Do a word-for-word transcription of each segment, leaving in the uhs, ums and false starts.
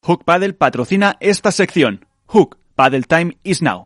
Hook Paddle patrocina esta sección. Hook, Paddle Time is now.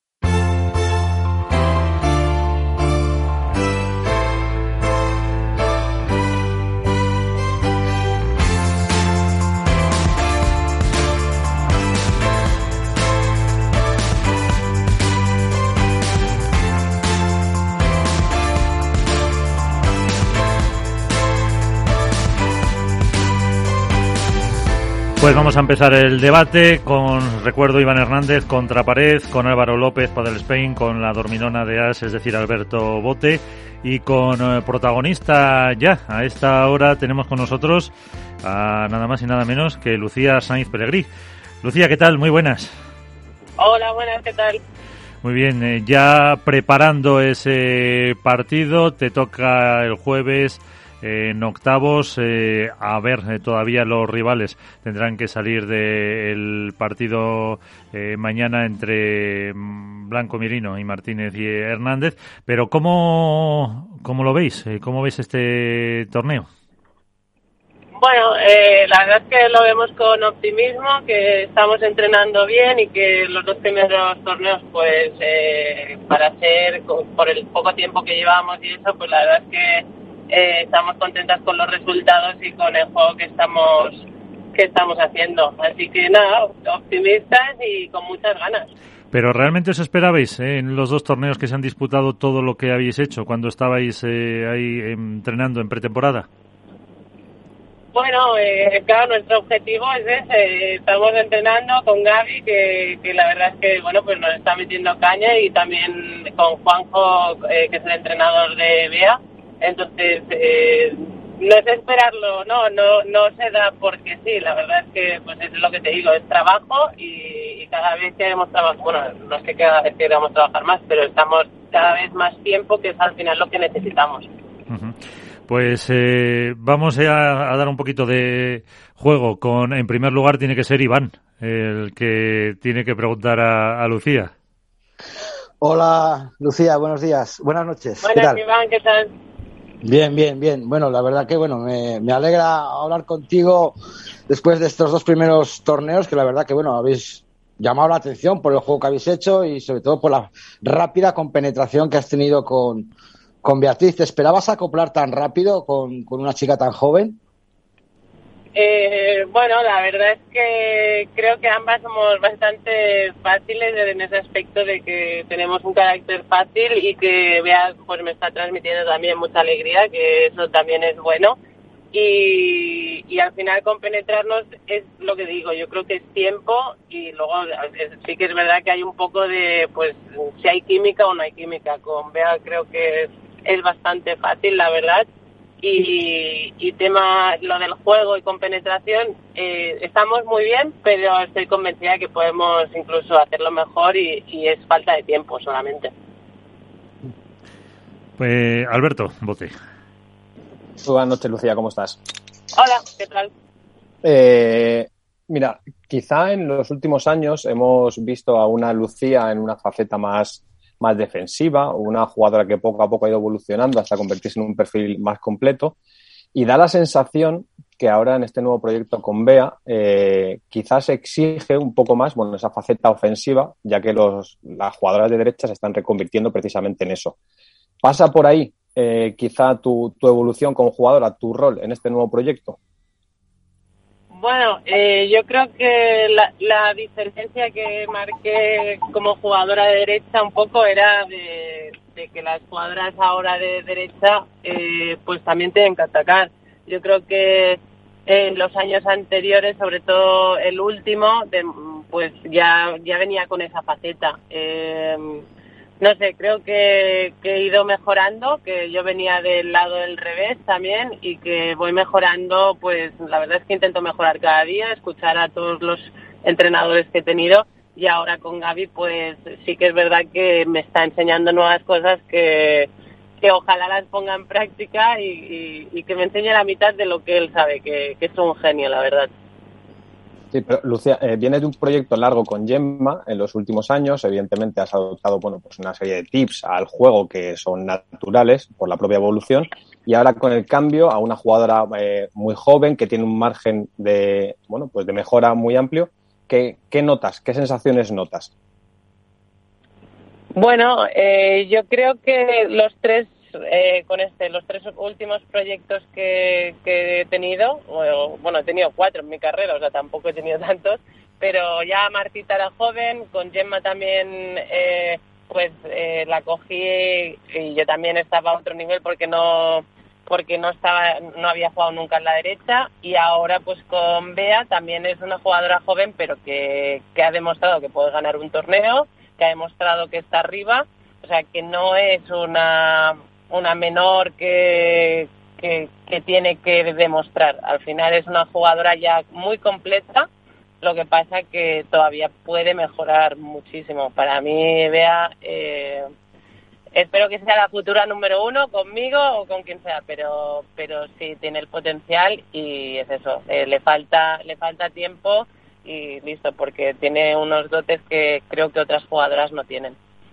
Pues vamos a empezar el debate con, recuerdo, Iván Hernández contra Pared, con Álvaro López, Padel Spain, con la dorminona de As, es decir, Alberto Bote, y con eh, protagonista ya, a esta hora tenemos con nosotros a nada más y nada menos que Lucía Sainz Pelegrí. Lucía, ¿qué tal? Muy buenas. Hola, buenas, ¿qué tal? Muy bien, eh, ya preparando ese partido, te toca el jueves en octavos, eh, a ver, eh, todavía los rivales tendrán que salir del partido eh, mañana entre Blanco Mirino y Martínez y Hernández, pero ¿cómo, cómo lo veis? ¿Cómo veis este torneo? Bueno, eh, la verdad es que lo vemos con optimismo, que estamos entrenando bien y que los dos primeros torneos, pues eh, para ser, por el poco tiempo que llevamos y eso, pues la verdad es que Eh, estamos contentas con los resultados y con el juego que estamos que estamos haciendo, así que nada, optimistas y con muchas ganas. Pero ¿realmente os esperabais eh, en los dos torneos que se han disputado todo lo que habéis hecho cuando estabais eh, ahí entrenando en pretemporada? Bueno, eh, claro, nuestro objetivo es ese, estamos entrenando con Gaby, que, que la verdad es que bueno, pues nos está metiendo caña, y también con Juanjo, eh, que es el entrenador de Bea. Entonces, eh, no es esperarlo, no, no no se da porque sí, la verdad es que, pues es lo que te digo, es trabajo y, y cada vez queremos trabajar, bueno, no es que cada vez queramos trabajar más, pero estamos cada vez más tiempo, que es al final lo que necesitamos. Uh-huh. Pues eh, vamos a, a dar un poquito de juego. Con, en primer lugar tiene que ser Iván, el que tiene que preguntar a, a Lucía. Hola, Lucía, buenos días, buenas noches. Buenas, ¿qué tal? Iván, ¿qué tal? Bien, bien, bien. Bueno, la verdad que bueno, me, me alegra hablar contigo después de estos dos primeros torneos, que la verdad que bueno, habéis llamado la atención por el juego que habéis hecho y sobre todo por la rápida compenetración que has tenido con, con Beatriz. ¿Te esperabas acoplar tan rápido con, con una chica tan joven? Eh, bueno, la verdad es que creo que ambas somos bastante fáciles en ese aspecto de que tenemos un carácter fácil y que Bea pues me está transmitiendo también mucha alegría, que eso también es bueno. Y, y al final compenetrarnos es lo que digo, yo creo que es tiempo, y luego sí que es verdad que hay un poco de, pues, si hay química o no hay química. Con Bea creo que es, es bastante fácil, la verdad. Y, y tema, lo del juego y compenetración, eh, estamos muy bien, pero estoy convencida de que podemos incluso hacerlo mejor, y, y es falta de tiempo solamente. Pues Alberto Bote. Buenas noches, Lucía, ¿cómo estás? Hola, ¿qué tal? Eh, mira, quizá en los últimos años hemos visto a una Lucía en una faceta más más defensiva, o una jugadora que poco a poco ha ido evolucionando hasta convertirse en un perfil más completo, y da la sensación que ahora en este nuevo proyecto con Bea eh, quizás exige un poco más, bueno, esa faceta ofensiva, ya que los, las jugadoras de derecha se están reconvirtiendo precisamente en eso. ¿Pasa por ahí eh, quizá tu, tu evolución como jugadora, tu rol en este nuevo proyecto? Bueno, eh, yo creo que la, la diferencia que marqué como jugadora de derecha un poco era de, de que las jugadoras ahora de derecha eh, pues también tienen que atacar. Yo creo que en los años anteriores, sobre todo el último, de, pues ya ya venía con esa faceta. Eh, No sé, creo que, que he ido mejorando, que yo venía del lado del revés también, y que voy mejorando, pues la verdad es que intento mejorar cada día, escuchar a todos los entrenadores que he tenido, y ahora con Gaby pues sí que es verdad que me está enseñando nuevas cosas que, que ojalá las ponga en práctica y, y, y que me enseñe la mitad de lo que él sabe, que, que es un genio, la verdad. Sí, pero Lucía, eh, vienes de un proyecto largo con Gemma en los últimos años. Evidentemente has adoptado, bueno, pues una serie de tips al juego que son naturales por la propia evolución. Y ahora con el cambio a una jugadora eh, muy joven que tiene un margen de, bueno, pues de mejora muy amplio. ¿Qué, qué notas? ¿Qué sensaciones notas? Bueno, eh, yo creo que los tres, eh, con este, los tres últimos proyectos que, que he tenido, o, bueno, he tenido cuatro en mi carrera, o sea, tampoco he tenido tantos, pero ya Martita era joven, con Gemma también, eh, pues eh, la cogí y yo también estaba a otro nivel porque no, porque no estaba, no había jugado nunca en la derecha, y ahora pues con Bea también es una jugadora joven, pero que, que ha demostrado que puede ganar un torneo, que ha demostrado que está arriba, o sea, que no es una, una menor que, que, que tiene que demostrar. Al final es una jugadora ya muy completa, lo que pasa que todavía puede mejorar muchísimo. Para mí, Bea, eh, espero que sea la futura número uno conmigo o con quien sea, pero pero sí tiene el potencial y es eso, eh, le falta le falta tiempo y listo, porque tiene unos dotes que creo que otras jugadoras no tienen.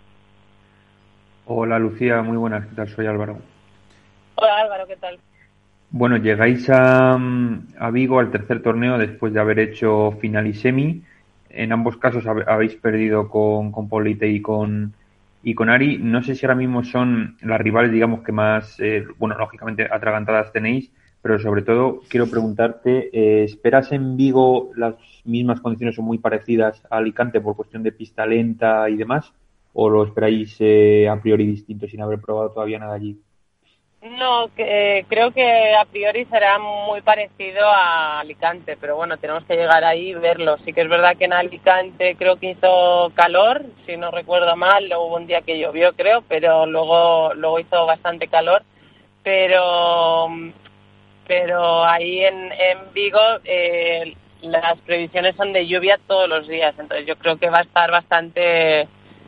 Hola Lucía, muy buenas, ¿qué tal? Soy Álvaro. Hola Álvaro, ¿qué tal? Bueno, llegáis a, a Vigo al tercer torneo después de haber hecho final y semi. En ambos casos habe- habéis perdido con, con Polite y con, y con Ari. No sé si ahora mismo son las rivales, digamos, que más, eh, bueno, lógicamente atragantadas tenéis, pero sobre todo quiero preguntarte, eh, ¿esperas en Vigo las mismas condiciones o muy parecidas a Alicante por cuestión de pista lenta y demás? ¿O lo esperáis eh, a priori distinto sin haber probado todavía nada allí? No, que, eh, creo que a priori será muy parecido a Alicante, pero bueno, tenemos que llegar ahí y verlo. Sí que es verdad que en Alicante creo que hizo calor, si no recuerdo mal, luego hubo un día que llovió, creo, pero luego luego hizo bastante calor. Pero pero ahí en, en Vigo eh, las previsiones son de lluvia todos los días, entonces yo creo que va a estar bastante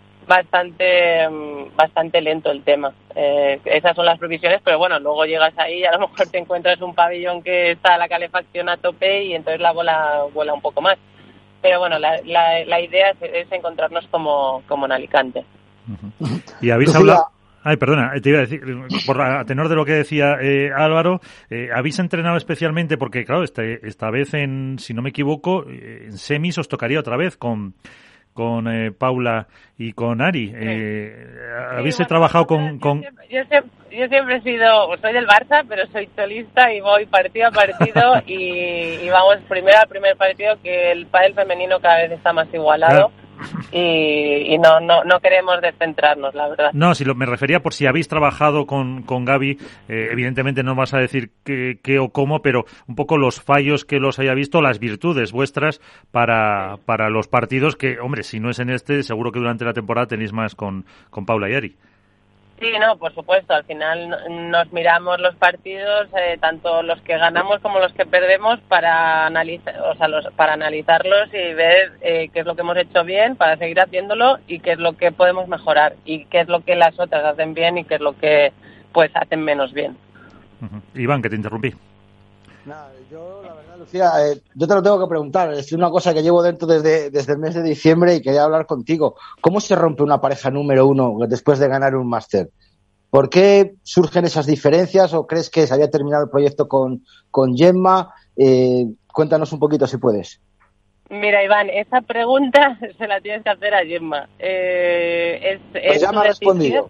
bastante bastante lento el tema. Eh, esas son las previsiones, pero bueno, luego llegas ahí y a lo mejor te encuentras un pabellón que está la calefacción a tope y entonces la bola vuela un poco más. Pero bueno, la, la, la idea es, es encontrarnos como, como en Alicante. Uh-huh. Y habéis hablado... Ay, perdona, te iba a decir, por a tenor de lo que decía eh, Álvaro, eh, habéis entrenado especialmente porque, claro, este, esta vez, en, si no me equivoco, en semis os tocaría otra vez con... con eh, Paula y con Ari. Eh, ¿Habéis sí, bueno, trabajado con...? con... Yo, siempre, yo, siempre, yo siempre he sido... Soy del Barça, pero soy cholista y voy partido a partido y, y vamos primero al primer partido, que el pádel femenino cada vez está más igualado. Claro. Y, y no, no no queremos descentrarnos, la verdad. No, si lo, me refería por si habéis trabajado con, con Gaby, eh, evidentemente no vas a decir qué, qué o cómo, pero un poco los fallos que los haya visto, las virtudes vuestras para, para los partidos que, hombre, si no es en este, seguro que durante la temporada tenéis más con, con Paula y Ari. Sí, no, por supuesto, al final nos miramos los partidos, eh, tanto los que ganamos como los que perdemos, para analizar, o sea, los, para analizarlos y ver eh, qué es lo que hemos hecho bien para seguir haciéndolo y qué es lo que podemos mejorar y qué es lo que las otras hacen bien y qué es lo que pues hacen menos bien. Uh-huh. Iván, que te interrumpí. Nada, yo la verdad, Lucía, eh, yo te lo tengo que preguntar, es una cosa que llevo dentro desde, desde el mes de diciembre y quería hablar contigo. ¿Cómo se rompe una pareja número uno después de ganar un máster? ¿Por qué surgen esas diferencias o crees que se había terminado el proyecto con, con Gemma? Eh, cuéntanos un poquito si puedes. Mira, Iván, esa pregunta se la tienes que hacer a Gemma. Eh, es, pues es ya me ha respondido.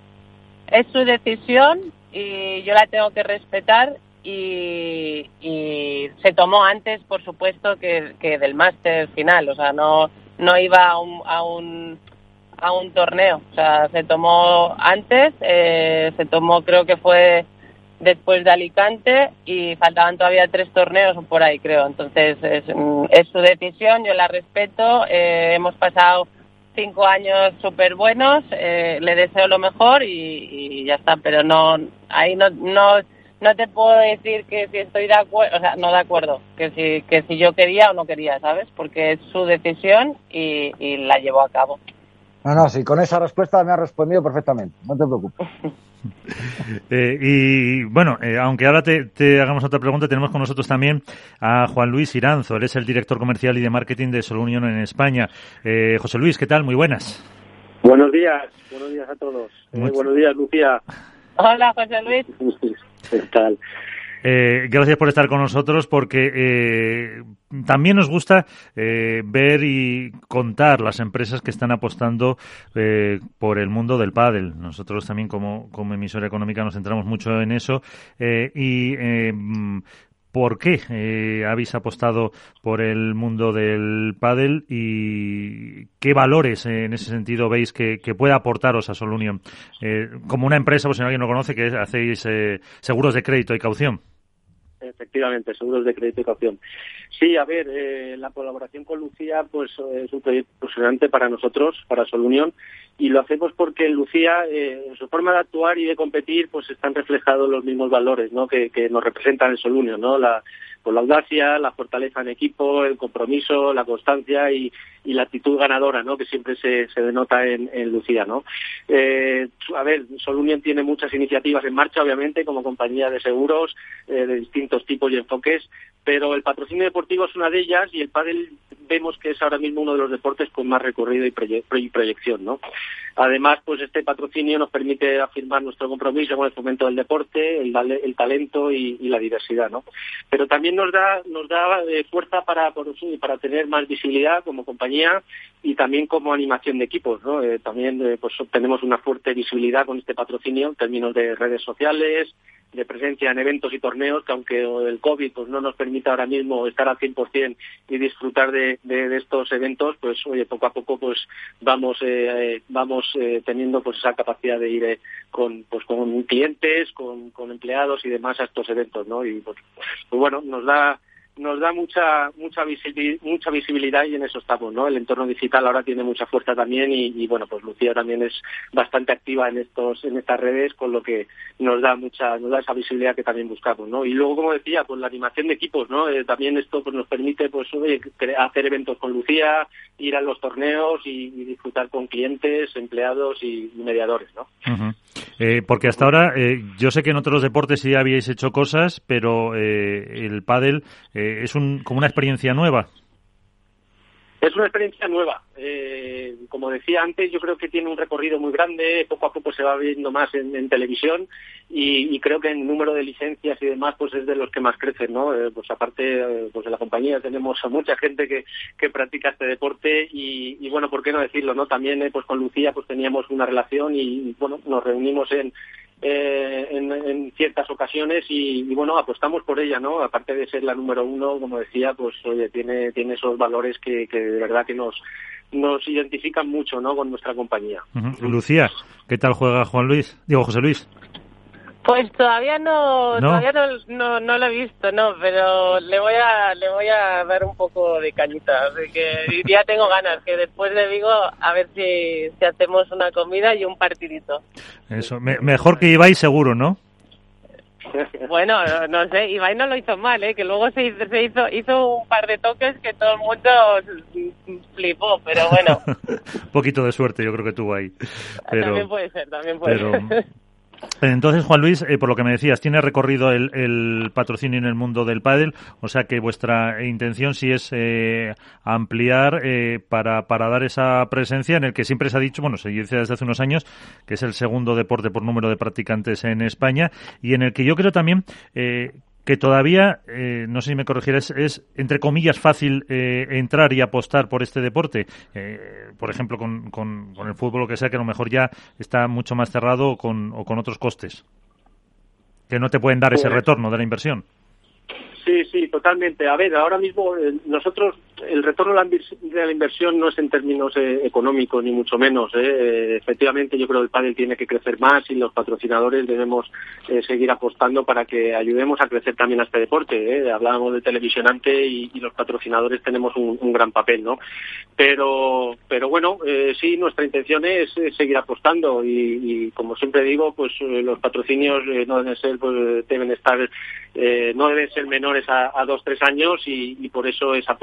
Es su decisión y yo la tengo que respetar. Y, y se tomó antes, por supuesto, que, que del máster final, o sea, no no iba a un a un, a un torneo, o sea, se tomó antes, eh, se tomó, creo que fue después de Alicante y faltaban todavía tres torneos o por ahí, creo. Entonces es, es su decisión, yo la respeto. Eh, hemos pasado cinco años súper buenos, eh, le deseo lo mejor y, y ya está, pero no, ahí no no no te puedo decir que si estoy de acuerdo, o sea, no de acuerdo, que si que si yo quería o no quería, ¿sabes? Porque es su decisión y, y la llevó a cabo. No, no, sí, con esa respuesta me ha respondido perfectamente, no te preocupes. eh, y bueno, eh, aunque ahora te, te hagamos otra pregunta, tenemos con nosotros también a Juan Luis Iranzo. Él es el director comercial y de marketing de Solunion en España. Eh, José Luis, ¿qué tal? Muy buenas. Buenos días, buenos días a todos. Eh, buenos días, Lucía. Hola, José Luis. ¿Qué tal? Eh, gracias por estar con nosotros, porque eh, también nos gusta eh, ver y contar las empresas que están apostando eh, por el mundo del pádel. Nosotros también como, como emisora económica nos centramos mucho en eso eh, y eh, ¿por qué eh, habéis apostado por el mundo del pádel y qué valores eh, en ese sentido veis que, que puede aportaros a Solunion? Eh, como una empresa, pues si alguien lo conoce, que hacéis eh, seguros de crédito y caución. Efectivamente, seguros de crédito y caución. Sí, a ver, eh, la colaboración con Lucía pues es un proyecto impresionante para nosotros, para Solunion, y lo hacemos porque en Lucía, eh, en su forma de actuar y de competir, pues están reflejados los mismos valores, ¿no?, que, que nos representan en Solunion, ¿no? La, pues la audacia, la fortaleza en equipo, el compromiso, la constancia y, y la actitud ganadora, ¿no?, que siempre se, se denota en, en Lucía, ¿no? Eh, a ver, Solunion tiene muchas iniciativas en marcha, obviamente, como compañía de seguros eh, de distintos tipos y enfoques, pero el patrocinio deportivo es una de ellas y el pádel vemos que es ahora mismo uno de los deportes con más recorrido y, proye- y proyección, ¿no? Además, pues este patrocinio nos permite afirmar nuestro compromiso con el fomento del deporte, el, el talento y, y la diversidad, ¿no? Pero también nos da nos da eh, fuerza para para tener más visibilidad como compañía y también como animación de equipos, ¿no? Eh, también eh, pues obtenemos una fuerte visibilidad con este patrocinio en términos de redes sociales, de presencia en eventos y torneos, que aunque el COVID pues no nos permita ahora mismo estar al cien por ciento y disfrutar de, de, de estos eventos, pues oye, poco a poco pues vamos eh, vamos eh, teniendo pues esa capacidad de ir eh, con pues con clientes, con, con empleados y demás a estos eventos, ¿no? Y pues, pues bueno, nos da nos da mucha mucha visibilidad, mucha visibilidad y en eso estamos, ¿no? El entorno digital ahora tiene mucha fuerza también y, y bueno, pues Lucía también es bastante activa en estos en estas redes, con lo que nos da mucha nos da esa visibilidad que también buscamos, ¿no? Y luego, como decía, pues la animación de equipos, ¿no? Eh, también esto pues nos permite pues oye, hacer eventos con Lucía, ir a los torneos y, y disfrutar con clientes, empleados y, y mediadores, ¿no? Uh-huh. Eh, porque hasta ahora, eh, yo sé que en otros deportes sí habíais hecho cosas, pero eh, el pádel eh, es un, como una experiencia nueva. Es una experiencia nueva. Eh, como decía antes, yo creo que tiene un recorrido muy grande, poco a poco se va viendo más en, en televisión y, y creo que en número de licencias y demás pues es de los que más crecen, ¿no? Eh, pues aparte eh, pues de la compañía tenemos a mucha gente que, que practica este deporte y, y bueno, ¿por qué no decirlo, no? También eh, pues con Lucía pues teníamos una relación y, y bueno, nos reunimos en Eh, en, en ciertas ocasiones y, y bueno, apostamos por ella, ¿no? Aparte de ser la número uno, como decía, pues oye, tiene tiene esos valores que, que de verdad que nos nos identifican mucho, ¿no?, con nuestra compañía. Uh-huh. Lucía, ¿qué tal juega Juan Luis? Digo, José Luis. Pues todavía no, ¿No? todavía no, no, no lo he visto, no, pero le voy a, le voy a dar un poco de cañita, así que ya tengo ganas, que después de Vigo a ver si, si hacemos una comida y un partidito. Eso, me, mejor que Ibai seguro, ¿no? Bueno, no, no sé, Ibai no lo hizo mal, ¿eh? Que luego se hizo, se hizo, hizo un par de toques que todo el mundo flipó, pero bueno. Un poquito de suerte yo creo que tuvo ahí. Pero, también puede ser, también puede pero, ser. Entonces, Juan Luis, eh, por lo que me decías, tiene recorrido el, el patrocinio en el mundo del pádel, o sea que vuestra intención sí es eh, ampliar eh, para, para dar esa presencia en el que siempre se ha dicho, bueno, se dice desde hace unos años, que es el segundo deporte por número de practicantes en España y en el que yo creo también eh, que todavía, eh, no sé si me corregirás, es, entre comillas, fácil eh, entrar y apostar por este deporte. Eh, por ejemplo, con, con, con el fútbol, o que sea, que a lo mejor ya está mucho más cerrado o con, o con otros costes, que no te pueden dar ese retorno de la inversión. Sí, sí, totalmente. A ver, ahora mismo eh, nosotros, el retorno de la inversión no es en términos eh, económicos, ni mucho menos. ¿eh? Eh, efectivamente, yo creo que el pádel tiene que crecer más y los patrocinadores debemos eh, seguir apostando para que ayudemos a crecer también a este deporte. ¿eh? Hablábamos de televisión antes y, y los patrocinadores tenemos un, un gran papel, ¿no? Pero, pero bueno, eh, sí, nuestra intención es, es seguir apostando y, y, como siempre digo, pues eh, los patrocinios eh, no deben ser, pues deben estar, eh, no deben ser menores a, a dos, tres años y, y por eso esa apuesta con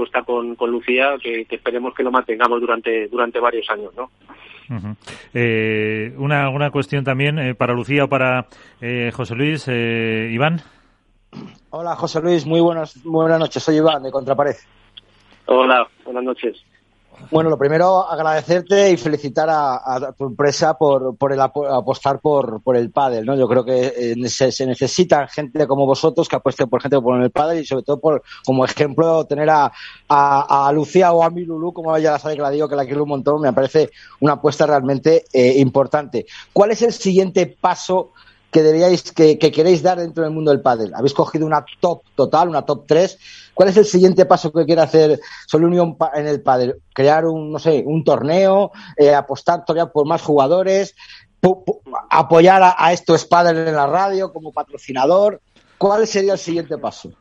con, con Lucía, que, que esperemos que lo mantengamos durante, durante varios años, ¿no? Uh-huh. Eh, una, una cuestión también eh, para Lucía o para eh, José Luis, eh, Iván. Hola, José Luis, muy buenas, muy buenas noches. Soy Iván, de Contrapared. Hola, buenas noches. Bueno, lo primero, agradecerte y felicitar a, a tu empresa por, por el apo- apostar por, por el pádel, ¿no? Yo creo que eh, se, se necesita gente como vosotros que apueste por gente por el pádel y sobre todo por como ejemplo tener a, a, a Lucía o a mi Lulú, como ella la sabe que la digo, que la quiero un montón, me parece una apuesta realmente eh, importante. ¿Cuál es el siguiente paso que deberíais, que, que queréis dar dentro del mundo del pádel? Habéis cogido una top total, una top tres. ¿Cuál es el siguiente paso que quiere hacer Sol Unión en el pádel? Crear un, no sé, un torneo, eh, apostar todavía por más jugadores, pu- pu- apoyar a, a Esto es Pádel en la radio como patrocinador. ¿Cuál sería el siguiente paso?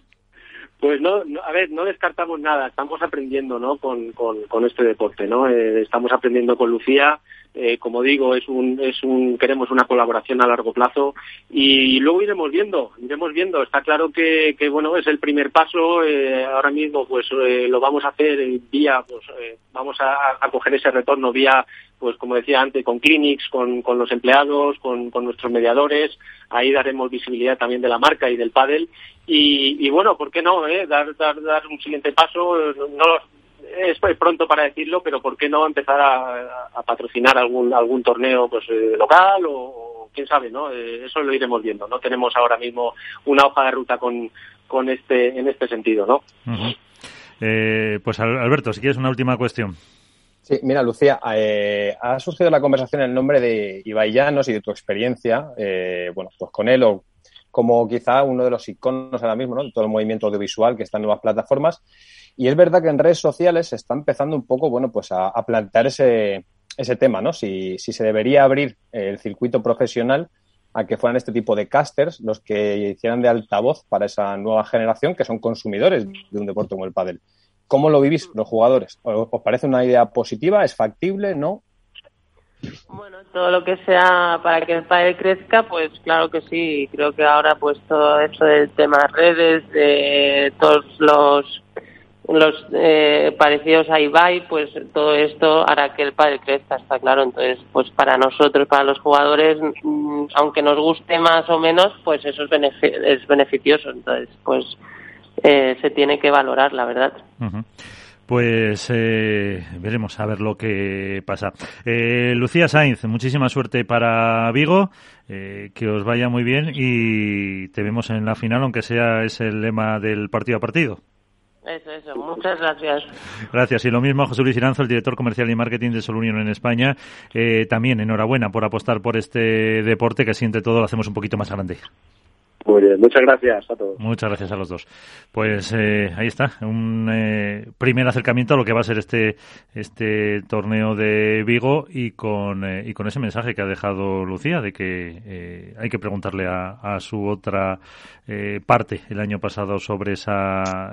Pues no, no, a ver, no descartamos nada, estamos aprendiendo, ¿no? Con, con, con este deporte, ¿no? Eh, estamos aprendiendo con Lucía. Eh, como digo, es un, es un, queremos una colaboración a largo plazo y luego iremos viendo, iremos viendo. Está claro que, que bueno, es el primer paso. Eh, ahora mismo, pues eh, lo vamos a hacer vía, pues eh, vamos a, a coger ese retorno vía, pues como decía antes, con clinics, con, con los empleados, con, con nuestros mediadores. Ahí daremos visibilidad también de la marca y del pádel. Y, y bueno, ¿por qué no? Eh? Dar, dar, dar un siguiente paso. No es pronto para decirlo, pero ¿por qué no empezar a, a patrocinar algún algún torneo pues eh, local o, o quién sabe, ¿no? Eh, eso lo iremos viendo. No tenemos ahora mismo una hoja de ruta con con este en este sentido, ¿no? Uh-huh. Eh, pues Alberto, si quieres una última cuestión. Sí, mira, Lucía, eh, ha surgido la conversación en el nombre de Ibai Llanos y de tu experiencia, eh, bueno, pues con él o como quizá uno de los iconos ahora mismo, ¿no? De todo el movimiento audiovisual que está en nuevas plataformas. Y es verdad que en redes sociales se está empezando un poco, bueno, pues a, a plantear ese, ese tema, ¿no? Si, si se debería abrir el circuito profesional a que fueran este tipo de casters los que hicieran de altavoz para esa nueva generación que son consumidores de un deporte como el pádel. ¿Cómo lo vivís los jugadores? ¿Os parece una idea positiva? ¿Es factible? ¿No? Bueno, todo lo que sea para que el pádel crezca, pues claro que sí. Creo que ahora pues todo esto del tema redes, de todos los los eh, parecidos a Ibai, pues todo esto hará que el pádel crezca, está claro. Entonces, pues para nosotros, para los jugadores, mmm, aunque nos guste más o menos, pues eso es, benefic- es beneficioso. Entonces, pues eh, se tiene que valorar, la verdad. Uh-huh. Pues eh, veremos a ver lo que pasa. Eh, Lucía Sainz, muchísima suerte para Vigo, eh, que os vaya muy bien y te vemos en la final, aunque sea ese el lema del partido a partido. Eso, eso. Muchas gracias. Gracias. Y lo mismo a José Luis Iranzo, el director comercial y marketing de Sol Unión en España. Eh, también enhorabuena por apostar por este deporte que así entre todo lo hacemos un poquito más grande. Muy bien, muchas gracias a todos. Muchas gracias a los dos. Pues eh, ahí está, un eh, primer acercamiento a lo que va a ser este este torneo de Vigo y con eh, y con ese mensaje que ha dejado Lucía de que eh, hay que preguntarle a, a su otra eh, parte el año pasado sobre esa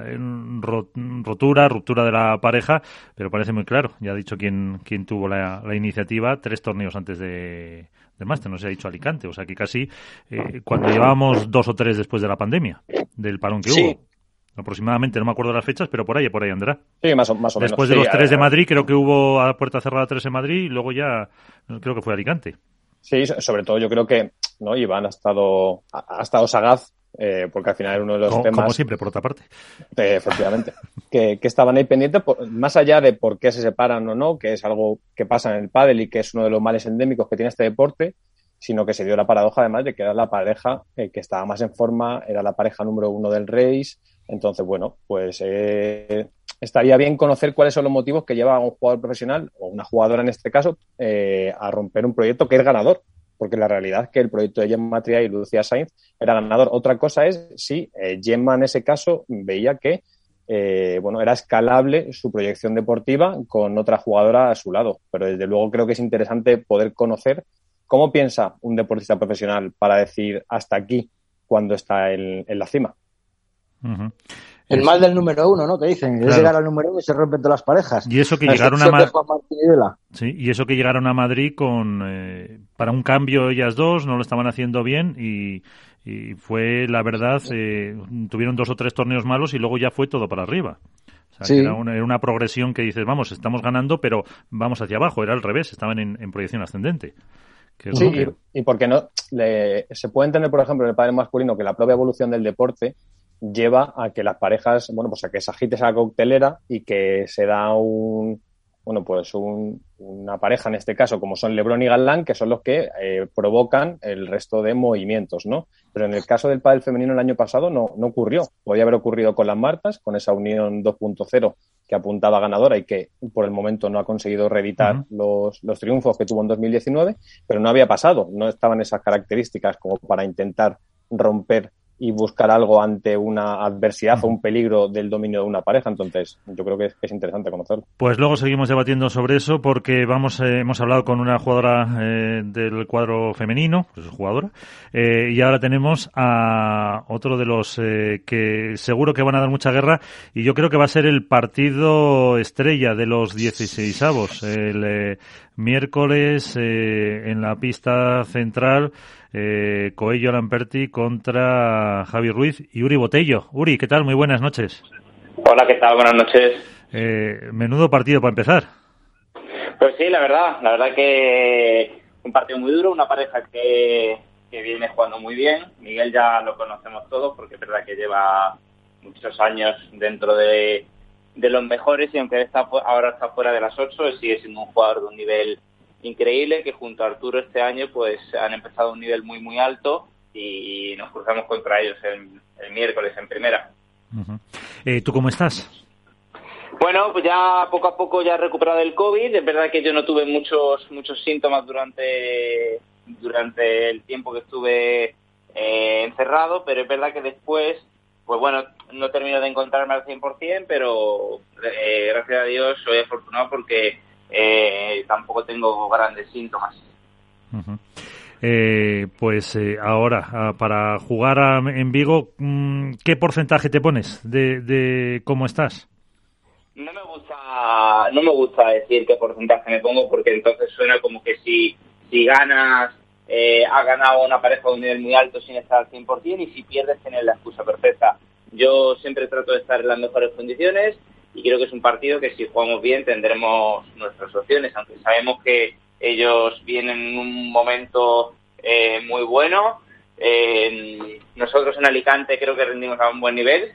rotura, ruptura de la pareja, pero parece muy claro, ya ha dicho quién, quién tuvo la, la iniciativa tres torneos antes de del máster, no se ha dicho Alicante, o sea que casi eh, cuando llevábamos dos o tres después de la pandemia, del parón que sí. hubo, aproximadamente, no me acuerdo las fechas, pero por ahí, por ahí andará. Sí, más o, más o después menos. de sí, los tres a, de Madrid, creo que hubo a puerta cerrada tres en Madrid y luego ya creo que fue Alicante. Sí, sobre todo yo creo que no Iván ha estado ha, ha estado sagaz, eh, porque al final era uno de los como, temas... Como siempre, por otra parte. Eh, efectivamente. que, que estaban ahí pendientes, por, más allá de por qué se separan o no, que es algo que pasa en el pádel y que es uno de los males endémicos que tiene este deporte, sino que se dio la paradoja además de que era la pareja eh, que estaba más en forma, era la pareja número uno del race. Entonces, bueno, pues eh, estaría bien conocer cuáles son los motivos que lleva a un jugador profesional, o una jugadora en este caso, eh, a romper un proyecto que es ganador, porque la realidad es que el proyecto de Gemma Triay y Lucía Sainz era ganador. Otra cosa es si eh, Gemma en ese caso veía que eh, bueno, era escalable su proyección deportiva con otra jugadora a su lado, pero desde luego creo que es interesante poder conocer cómo piensa un deportista profesional para decir hasta aquí cuando está en, en la cima. Uh-huh. El es... mal del número uno, ¿no? Que dicen, claro. Es llegar al número uno y se rompen todas las parejas. Y eso que la llegaron a Ma- sí, y eso que llegaron a Madrid con eh, para un cambio ellas dos, no lo estaban haciendo bien y, y fue la verdad, eh, tuvieron dos o tres torneos malos y luego ya fue todo para arriba. O O sea, Sí. que era, una, era una progresión que dices, vamos, estamos ganando, pero vamos hacia abajo. Era al revés, estaban en, en proyección ascendente. Que es Sí, lo que- y, y porque no le, se puede entender, por ejemplo, en el pádel masculino que la propia evolución del deporte lleva a que las parejas, bueno, pues a que se agite esa coctelera y que se da un, bueno, pues un, una pareja en este caso, como son LeBron y Galán, que son los que eh, provocan el resto de movimientos, ¿no? Pero en el caso del pádel femenino el año pasado no, no ocurrió. Podía haber ocurrido con las Martas, con esa unión dos punto cero que apuntaba ganadora y que por el momento no ha conseguido reeditar Uh-huh. los, los triunfos que tuvo en dos mil diecinueve, pero no había pasado, no estaban esas características como para intentar romper y buscar algo ante una adversidad o un peligro del dominio de una pareja. Entonces, yo creo que es, que es interesante conocerlo. Pues luego seguimos debatiendo sobre eso porque vamos eh, hemos hablado con una jugadora eh, del cuadro femenino, pues es jugadora, eh, y ahora tenemos a otro de los eh, que seguro que van a dar mucha guerra y yo creo que va a ser el partido estrella de los dieciseisavos, el eh, miércoles eh, en la pista central. Eh, Coello Lamperti contra Javi Ruiz y Uri Botello. Uri, ¿qué tal? Muy buenas noches. Hola, ¿qué tal? Buenas noches. Eh, menudo partido para empezar. Pues sí, la verdad, la verdad que un partido muy duro, una pareja que, que viene jugando muy bien. Miguel ya lo conocemos todos porque es verdad que lleva muchos años dentro de, de los mejores y aunque está ahora está fuera de las ocho, sigue siendo un jugador de un nivel increíble que junto a Arturo este año pues han empezado a un nivel muy muy alto y nos cruzamos contra ellos el, el miércoles en primera. Uh-huh. Eh, ¿Tú cómo estás? Bueno, pues ya poco a poco ya he recuperado el COVID. Es verdad que yo no tuve muchos muchos síntomas durante durante el tiempo que estuve eh, encerrado, pero es verdad que después, pues bueno, no termino de encontrarme al cien por ciento, pero eh, gracias a Dios soy afortunado porque eh, tampoco tengo grandes síntomas. Uh-huh. Eh, pues eh, ahora, para jugar a, en Vigo, ¿qué porcentaje te pones de, de cómo estás? No me gusta no me gusta decir qué porcentaje me pongo porque entonces suena como que si si ganas eh, has ganado una pareja de un nivel muy alto sin estar al cien por ciento y si pierdes tienes la excusa perfecta. Yo siempre trato de estar en las mejores condiciones y creo que es un partido que si jugamos bien tendremos nuestras opciones, aunque sabemos que ellos vienen en un momento eh, muy bueno. Eh, nosotros en Alicante creo que rendimos a un buen nivel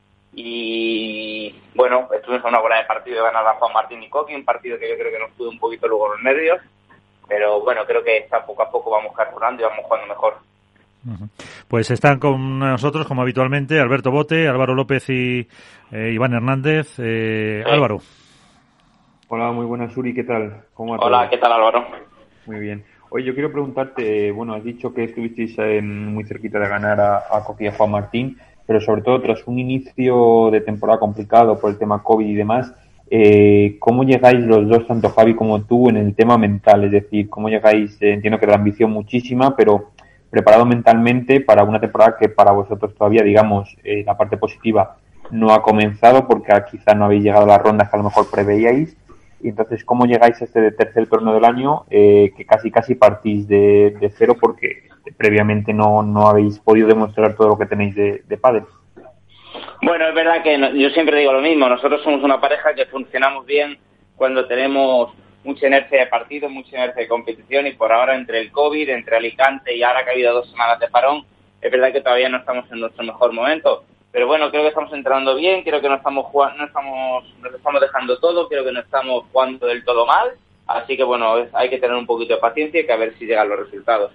y bueno, estuvimos a una bola de partido de ganar a Juan Martín y Coqui, un partido que yo creo que nos pudo un poquito luego los nervios, pero bueno, creo que está poco a poco vamos carburando y vamos jugando mejor. Uh-huh. Pues están con nosotros como habitualmente Alberto Bote, Álvaro López y eh, Iván Hernández. Eh, sí. Álvaro. Hola, muy buenas, Uri, ¿qué tal? ¿Cómo va Hola, todo? ¿qué tal, Álvaro? Muy bien. Oye, yo quiero preguntarte, bueno, has dicho que estuvisteis eh, muy cerquita de ganar a, a Coqui y a Juan Martín, pero sobre todo tras un inicio de temporada complicado por el tema COVID y demás, eh, ¿cómo llegáis los dos, tanto Javi como tú, en el tema mental? Es decir, ¿cómo llegáis? Eh, entiendo que la ambición muchísima, pero preparado mentalmente para una temporada que para vosotros todavía, digamos, eh, la parte positiva no ha comenzado porque quizá no habéis llegado a las rondas que a lo mejor preveíais. Y entonces, ¿cómo llegáis a este tercer torneo del año eh, que casi casi partís de, de cero porque previamente no, no habéis podido demostrar todo lo que tenéis de, de pádel? Bueno, es verdad que no, yo siempre digo lo mismo. Nosotros somos una pareja que funcionamos bien cuando tenemos mucha inercia de partido, mucha inercia de competición y por ahora entre el COVID, entre Alicante y ahora que ha habido dos semanas de parón, es verdad que todavía no estamos en nuestro mejor momento. Pero bueno, creo que estamos entrando bien, creo que no estamos jugando, no estamos, nos estamos dejando todo, creo que no estamos jugando del todo mal, así que bueno, hay que tener un poquito de paciencia y que a ver si llegan los resultados.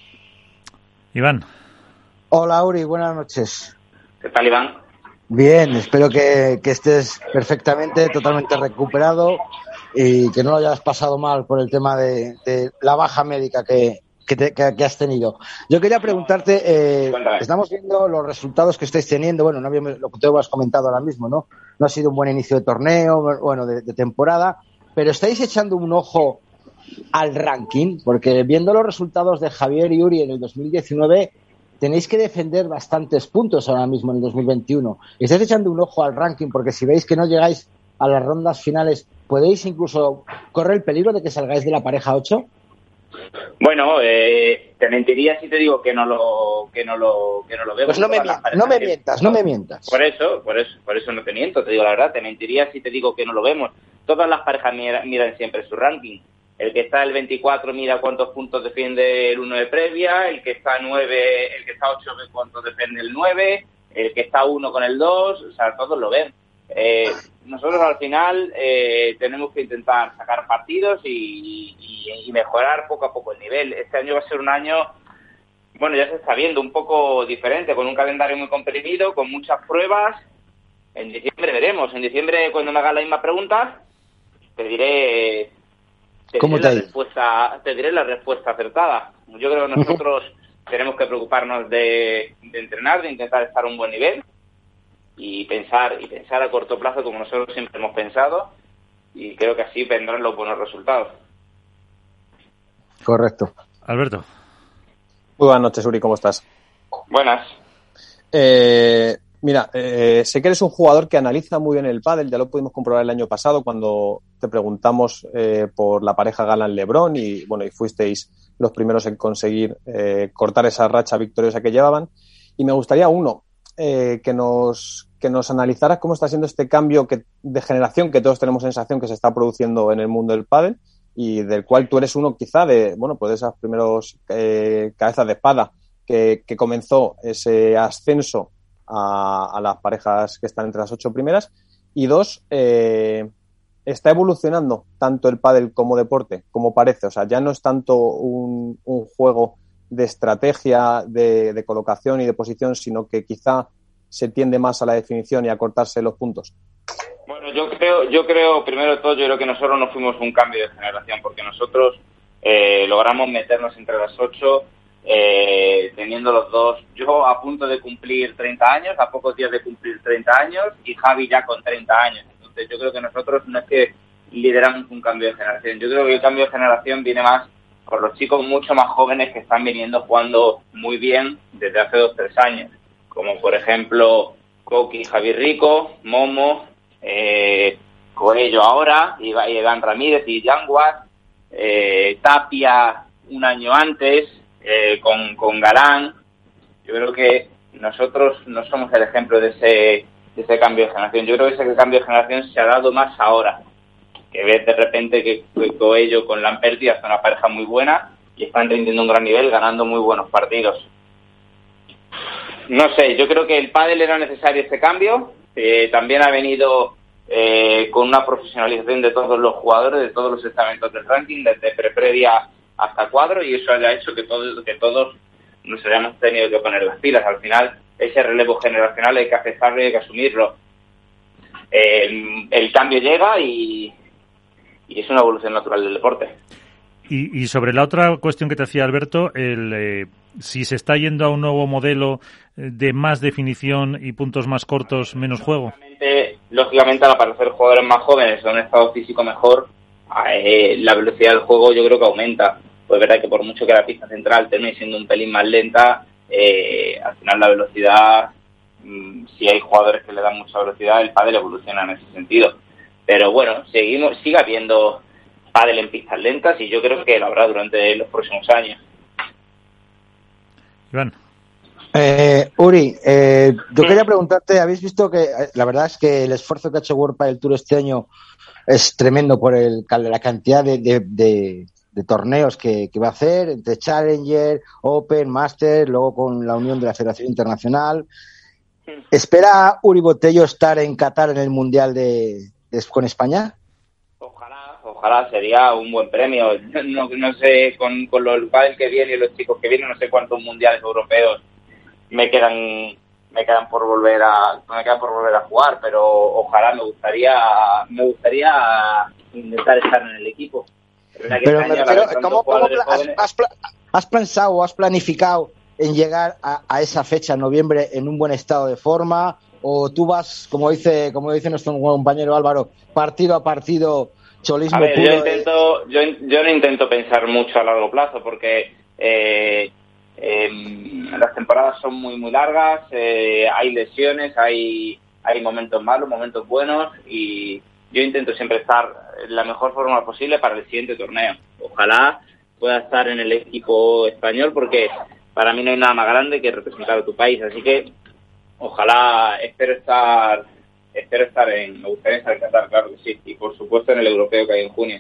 Iván. Hola, Uri, buenas noches. ¿Qué tal, Iván? Bien, espero que, que estés perfectamente, totalmente recuperado y que no lo hayas pasado mal por el tema de, de la baja médica que, que, te, que, que has tenido. Yo quería preguntarte, eh, estamos viendo los resultados que estáis teniendo, bueno, no habíamos, lo que te has comentado ahora mismo, ¿no? No ha sido un buen inicio de torneo, bueno, de, de temporada, pero estáis echando un ojo al ranking, porque viendo los resultados de Javier y Uri en el dos mil diecinueve, tenéis que defender bastantes puntos ahora mismo en el dos mil veintiuno. ¿Estáis echando un ojo al ranking? Porque si veis que no llegáis a las rondas finales, ¿podéis incluso correr el peligro de que salgáis de la pareja ocho? Bueno, eh, te mentiría si te digo que no lo que no lo que no lo veo. Pues no me mientas, no me mientas, no me mientas. Por eso, por eso, por eso no te miento, te digo la verdad, te mentiría si te digo que no lo vemos. Todas las parejas miran, miran siempre su ranking. El que está el veinticuatro mira cuántos puntos defiende el uno de previa, el que está nueve, el que está ocho ve cuántos defiende el nueve, el que está uno con el dos, o sea, todos lo ven. Eh, nosotros al final eh, tenemos que intentar sacar partidos y, y, y mejorar poco a poco el nivel. Este año va a ser un año, bueno, ya se está viendo, un poco diferente, con un calendario muy comprimido, con muchas pruebas. En diciembre veremos. En diciembre, cuando me hagas la misma pregunta, te diré, te ¿Cómo diré te la respuesta, te diré la respuesta acertada. Yo creo que nosotros tenemos que preocuparnos de, de entrenar, de intentar estar a un buen nivel y pensar y pensar a corto plazo como nosotros siempre hemos pensado, y creo que así vendrán los buenos resultados. Correcto. Alberto. Muy buenas noches, Uri, ¿cómo estás? Buenas. Eh, mira, eh, sé que eres un jugador que analiza muy bien el pádel, ya lo pudimos comprobar el año pasado cuando te preguntamos eh, por la pareja Galán-Lebrón y bueno, y fuisteis los primeros en conseguir eh, cortar esa racha victoriosa que llevaban. Y me gustaría, uno, eh, que nos que nos analizaras cómo está siendo este cambio que, de generación que todos tenemos sensación que se está produciendo en el mundo del pádel y del cual tú eres uno quizá de, bueno, pues de esas primeros eh, cabezas de espada que, que comenzó ese ascenso a, a las parejas que están entre las ocho primeras. Y dos, eh, está evolucionando tanto el pádel como deporte, como parece. O sea, ya no es tanto un, un juego de estrategia, de, de colocación y de posición, sino que quizá se tiende más a la definición y a cortarse los puntos. Bueno, yo creo, yo creo, primero de todo, yo creo que nosotros no fuimos un cambio de generación, porque nosotros eh, logramos meternos entre las ocho, eh, teniendo los dos, yo a punto de cumplir treinta años, a pocos días de cumplir treinta años, y Javi ya con treinta años. Entonces yo creo que nosotros no es que lideramos un cambio de generación, yo creo que el cambio de generación viene más por los chicos mucho más jóvenes que están viniendo jugando muy bien desde hace dos o tres años, como por ejemplo Coqui, Javi Rico, Momo, eh, Coello ahora, Iván Ramírez y Yanguas, eh, Tapia un año antes, eh, con, con Galán. Yo creo que nosotros no somos el ejemplo de ese, de ese cambio de generación. Yo creo que ese cambio de generación se ha dado más ahora, que ves de repente que Coello con Lamperti hace una pareja muy buena y están rindiendo un gran nivel, ganando muy buenos partidos. No sé, yo creo que el pádel era necesario este cambio. Eh, también ha venido eh, con una profesionalización de todos los jugadores, de todos los estamentos del ranking, desde pre-previa hasta cuadro, y eso haya hecho que todos, que todos nos hayamos tenido que poner las pilas. Al final, ese relevo generacional hay que aceptarlo y hay que asumirlo. Eh, el, el cambio llega y, y es una evolución natural del deporte. Y, y sobre la otra cuestión que te hacía Alberto, el, eh, si se está yendo a un nuevo modelo de más definición y puntos más cortos, menos juego. Lógicamente, lógicamente al aparecer jugadores más jóvenes con un estado físico mejor, eh, la velocidad del juego yo creo que aumenta. Pues es verdad que por mucho que la pista central termine siendo un pelín más lenta, eh, al final la velocidad, mmm, si hay jugadores que le dan mucha velocidad, el pádel evoluciona en ese sentido. Pero bueno, seguimos, sigue habiendo pádel en pistas lentas y yo creo que lo habrá durante los próximos años. Iván. Eh, Uri, eh, yo quería preguntarte, habéis visto que eh, la verdad es que el esfuerzo que ha hecho World Padel Tour este año es tremendo por el, la cantidad de, de, de, de torneos que, que va a hacer, entre Challenger, Open, Master, luego con la unión de la Federación Internacional. ¿Espera Uri Botello estar en Qatar en el Mundial de, de con España? Ojalá, ojalá, sería un buen premio. No, no sé, con, con los padres que vienen y los chicos que vienen, no sé cuántos mundiales europeos me quedan me quedan por volver a me quedan por volver a jugar, pero ojalá, me gustaría me gustaría intentar estar en el equipo. Pero este me refiero, ¿cómo, cómo has, has, has pensado o has planificado en llegar a, a esa fecha en noviembre en un buen estado de forma, o tú vas, como dice como dice nuestro compañero Álvaro, partido a partido, cholismo a ver, puro? Yo intento yo, yo no intento pensar mucho a largo plazo porque eh, eh, las temporadas son muy muy largas, eh, hay lesiones, hay hay momentos malos, momentos buenos, y yo intento siempre estar en la mejor forma posible para el siguiente torneo. Ojalá pueda estar en el equipo español, porque para mí no hay nada más grande que representar a tu país. Así que ojalá, espero estar espero estar en, me gustaría estar en Qatar, claro que sí, y por supuesto en el europeo que hay en junio.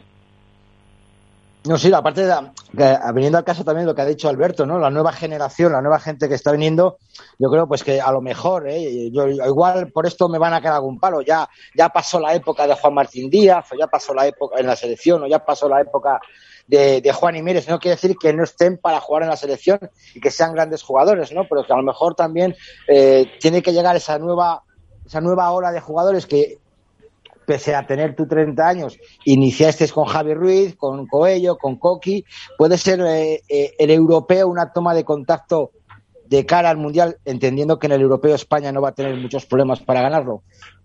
No, sí, aparte de, que, viniendo al caso también lo que ha dicho Alberto, ¿no? La nueva generación, la nueva gente que está viniendo, yo creo pues que a lo mejor, ¿eh? yo, yo igual por esto me van a quedar algún palo, ya ya pasó la época de Juan Martín Díaz, o ya pasó la época en la selección, o ya pasó la época de, de Juan Imírez. No quiere decir que no estén para jugar en la selección y que sean grandes jugadores, ¿no? Pero que a lo mejor también eh, tiene que llegar esa nueva esa nueva ola de jugadores que, pese a tener tú treinta años, iniciaste con Javi Ruiz, con Coello, con Coqui. ¿Puede ser eh, eh, el europeo una toma de contacto de cara al Mundial, entendiendo que en el europeo España no va a tener muchos problemas para ganarlo?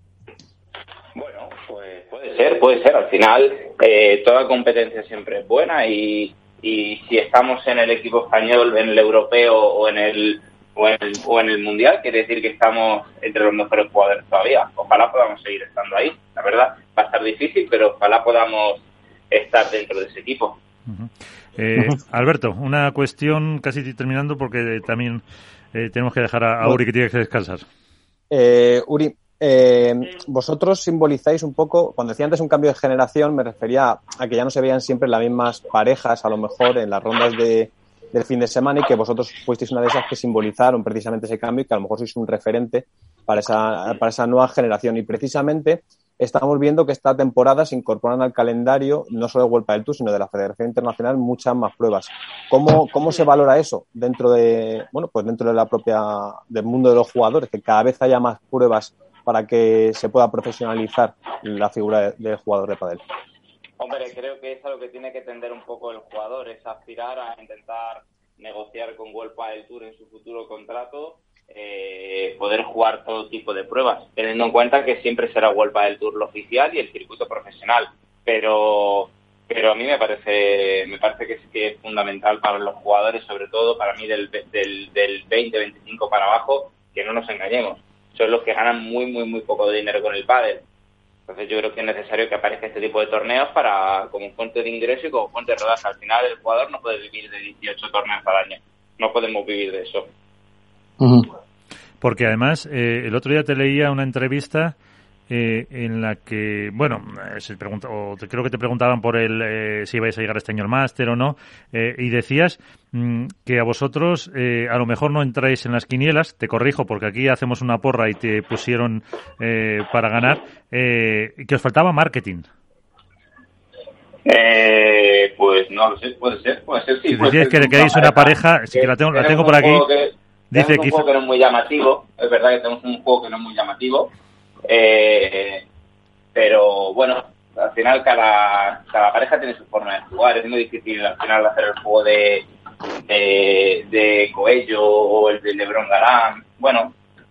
Bueno, pues puede ser, puede ser. Al final, eh, toda competencia siempre es buena y, y si estamos en el equipo español, en el europeo o en el O en, el, o en el Mundial, quiere decir que estamos entre los mejores jugadores todavía. Ojalá podamos seguir estando ahí. La verdad, va a estar difícil, pero ojalá podamos estar dentro de ese equipo. Uh-huh. Eh, uh-huh. Alberto, una cuestión casi terminando, porque también eh, tenemos que dejar a, a Uri, que tiene que descansar. Eh, Uri, eh, vosotros simbolizáis un poco, cuando decía antes un cambio de generación, me refería a que ya no se veían siempre las mismas parejas, a lo mejor en las rondas de del fin de semana, y que vosotros fuisteis una de esas que simbolizaron precisamente ese cambio y que a lo mejor sois un referente para esa, para esa nueva generación. Y precisamente estamos viendo que esta temporada se incorporan al calendario, no solo de World Padel Tour, sino de la Federación Internacional, muchas más pruebas. ¿Cómo, cómo se valora eso dentro de, bueno, pues dentro de la propia, del mundo de los jugadores, que cada vez haya más pruebas para que se pueda profesionalizar la figura del jugador de pádel? Hombre, creo que es a lo que tiene que tender un poco el jugador, es aspirar a intentar negociar con World Padel Tour en su futuro contrato, eh, poder jugar todo tipo de pruebas, teniendo en cuenta que siempre será World Padel Tour lo oficial y el circuito profesional. Pero pero a mí me parece me parece que sí que es fundamental para los jugadores, sobre todo para mí del, del, del veinte veinticinco para abajo, que no nos engañemos, son los que ganan muy, muy, muy poco dinero con el pádel. Entonces yo creo que es necesario que aparezca este tipo de torneos para como fuente de ingreso y como fuente de rodaje. Al final el jugador no puede vivir de dieciocho torneos al año. No podemos vivir de eso. Uh-huh. Porque además, eh, el otro día te leía una entrevista eh, en la que, bueno, eh, se pregunta, o te, creo que te preguntaban por el eh, si ibais a llegar este año al máster o no, eh, y decías mmm, que a vosotros eh, a lo mejor no entráis en las quinielas. Te corrijo, porque aquí hacemos una porra y te pusieron eh, para ganar, eh, que os faltaba marketing. Eh, pues no lo sé, puede ser, puede ser, sí. Puede Decías ser que queréis una pareja, sí, que la tengo, la tengo por aquí. Que, dice un que juego que no es muy llamativo, es verdad que tenemos un juego que no es muy llamativo, eh, pero bueno, al final cada, cada pareja tiene su forma de jugar. Es muy difícil al final hacer el juego de de, de Coello o el de Lebron Galán. Bueno,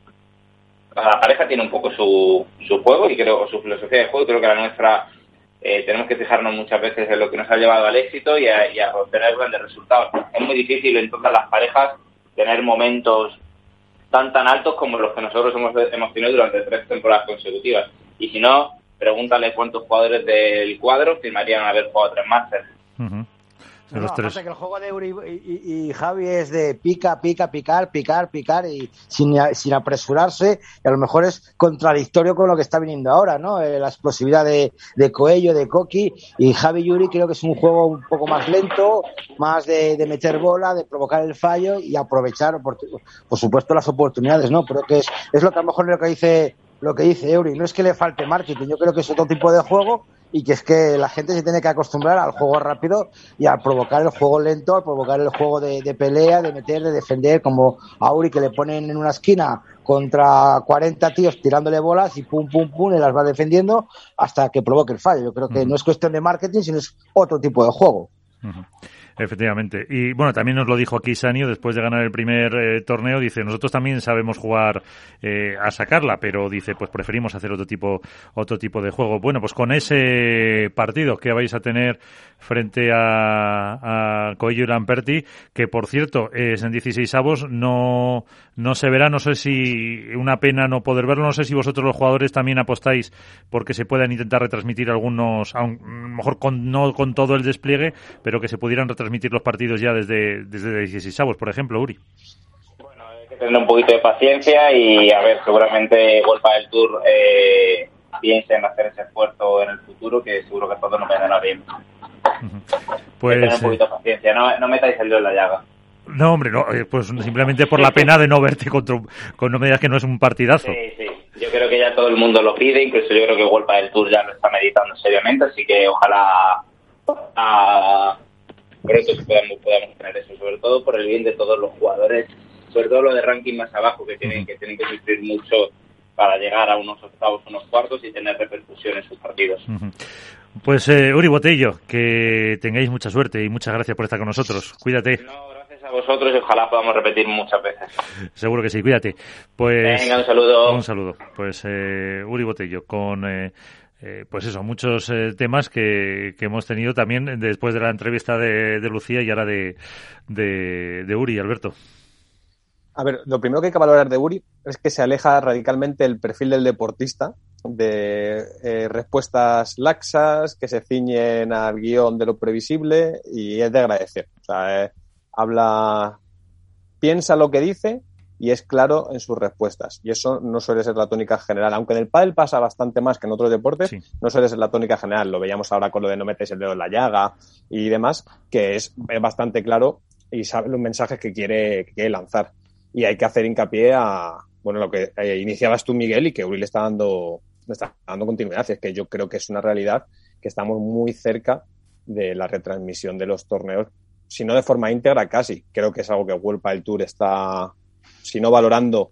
cada pareja tiene un poco su, su juego y creo su filosofía de juego, y creo que la nuestra eh, tenemos que fijarnos muchas veces en lo que nos ha llevado al éxito y a, y a obtener grandes resultados. Es muy difícil en todas las parejas tener momentos tan tan altos como los que nosotros hemos, hemos tenido durante tres temporadas consecutivas. Y si no, pregúntale cuántos jugadores del cuadro firmarían haber jugado tres másteres. Uh-huh. No, no, aparte que el juego de Uri y, y, y Javi es de pica, pica, picar, picar, picar y sin, sin apresurarse, y a lo mejor es contradictorio con lo que está viniendo ahora, ¿no? Eh, la explosividad de, de Coello, de Coqui, y Javi y Uri creo que es un juego un poco más lento, más de, de meter bola, de provocar el fallo y aprovechar, por, por supuesto, las oportunidades, ¿no? Pero que es, es lo que a lo mejor lo que dice lo que dice Eury, no es que le falte marketing, yo creo que es otro tipo de juego y que es que la gente se tiene que acostumbrar al juego rápido y a provocar el juego lento, a provocar el juego de, de pelea, de meter, de defender, como a Eury, que le ponen en una esquina contra cuarenta tíos tirándole bolas y pum, pum, pum, y las va defendiendo hasta que provoque el fallo. Yo creo que uh-huh. no es cuestión de marketing, sino es otro tipo de juego. Uh-huh. Efectivamente. Y bueno, también nos lo dijo aquí Sanio después de ganar el primer eh, torneo. Dice, nosotros también sabemos jugar eh, a sacarla, pero dice, pues preferimos hacer otro tipo otro tipo de juego. Bueno, pues con ese partido que vais a tener frente a, a Coello y Lamperti, que por cierto es en dieciseisavos, no, no se verá, no sé si una pena no poder verlo, no sé si vosotros los jugadores también apostáis porque se puedan intentar retransmitir algunos, mejor con, no con todo el despliegue, pero que se pudieran retransmitir los partidos ya desde, desde dieciseisavos, por ejemplo, Uri. Bueno, hay que tener un poquito de paciencia y, a ver, seguramente World Padel Tour eh, piense en hacer ese esfuerzo en el futuro, que seguro que todo nos vendrá bien. Pues, hay que tener un poquito de paciencia, no, no metáis el dedo en la llaga. No, hombre, no, eh, pues simplemente por la pena de no verte contra, con no me digas que no es un partidazo. Sí, sí. Yo creo que ya todo el mundo lo pide, incluso yo creo que World Padel Tour ya lo está meditando seriamente, así que ojalá a pronto podamos, podamos tener eso, sobre todo por el bien de todos los jugadores, sobre todo los de ranking más abajo, que tienen, que tienen que sufrir mucho para llegar a unos octavos, unos cuartos y tener repercusión en sus partidos. Uh-huh. Pues eh, Uri Botello, que tengáis mucha suerte y muchas gracias por estar con nosotros. Cuídate. No, gracias a vosotros y ojalá podamos repetir muchas veces. Seguro que sí, cuídate. Pues, venga, un saludo. Un saludo. Pues eh, Uri Botello, con... Eh, Eh, pues eso, muchos eh, temas que, que hemos tenido también después de la entrevista de, de Lucía y ahora de, de, de Uri, Alberto. A ver, lo primero que hay que valorar de Uri es que se aleja radicalmente el perfil del deportista, de eh, respuestas laxas, que se ciñen al guión de lo previsible, y es de agradecer. O sea, eh, habla, piensa lo que dice y es claro en sus respuestas. Y eso no suele ser la tónica general. Aunque en el pádel pasa bastante más que en otros deportes, sí. No suele ser la tónica general. Lo veíamos ahora con lo de no metes el dedo en la llaga y demás, que es, es bastante claro y sabe los mensajes que quiere, que quiere lanzar. Y hay que hacer hincapié a, bueno, lo que eh, iniciabas tú, Miguel, y que Uri le está dando, le está dando continuidad. Es que yo creo que es una realidad que estamos muy cerca de la retransmisión de los torneos, si no de forma íntegra, casi. Creo que es algo que World Padel Tour está, si no valorando,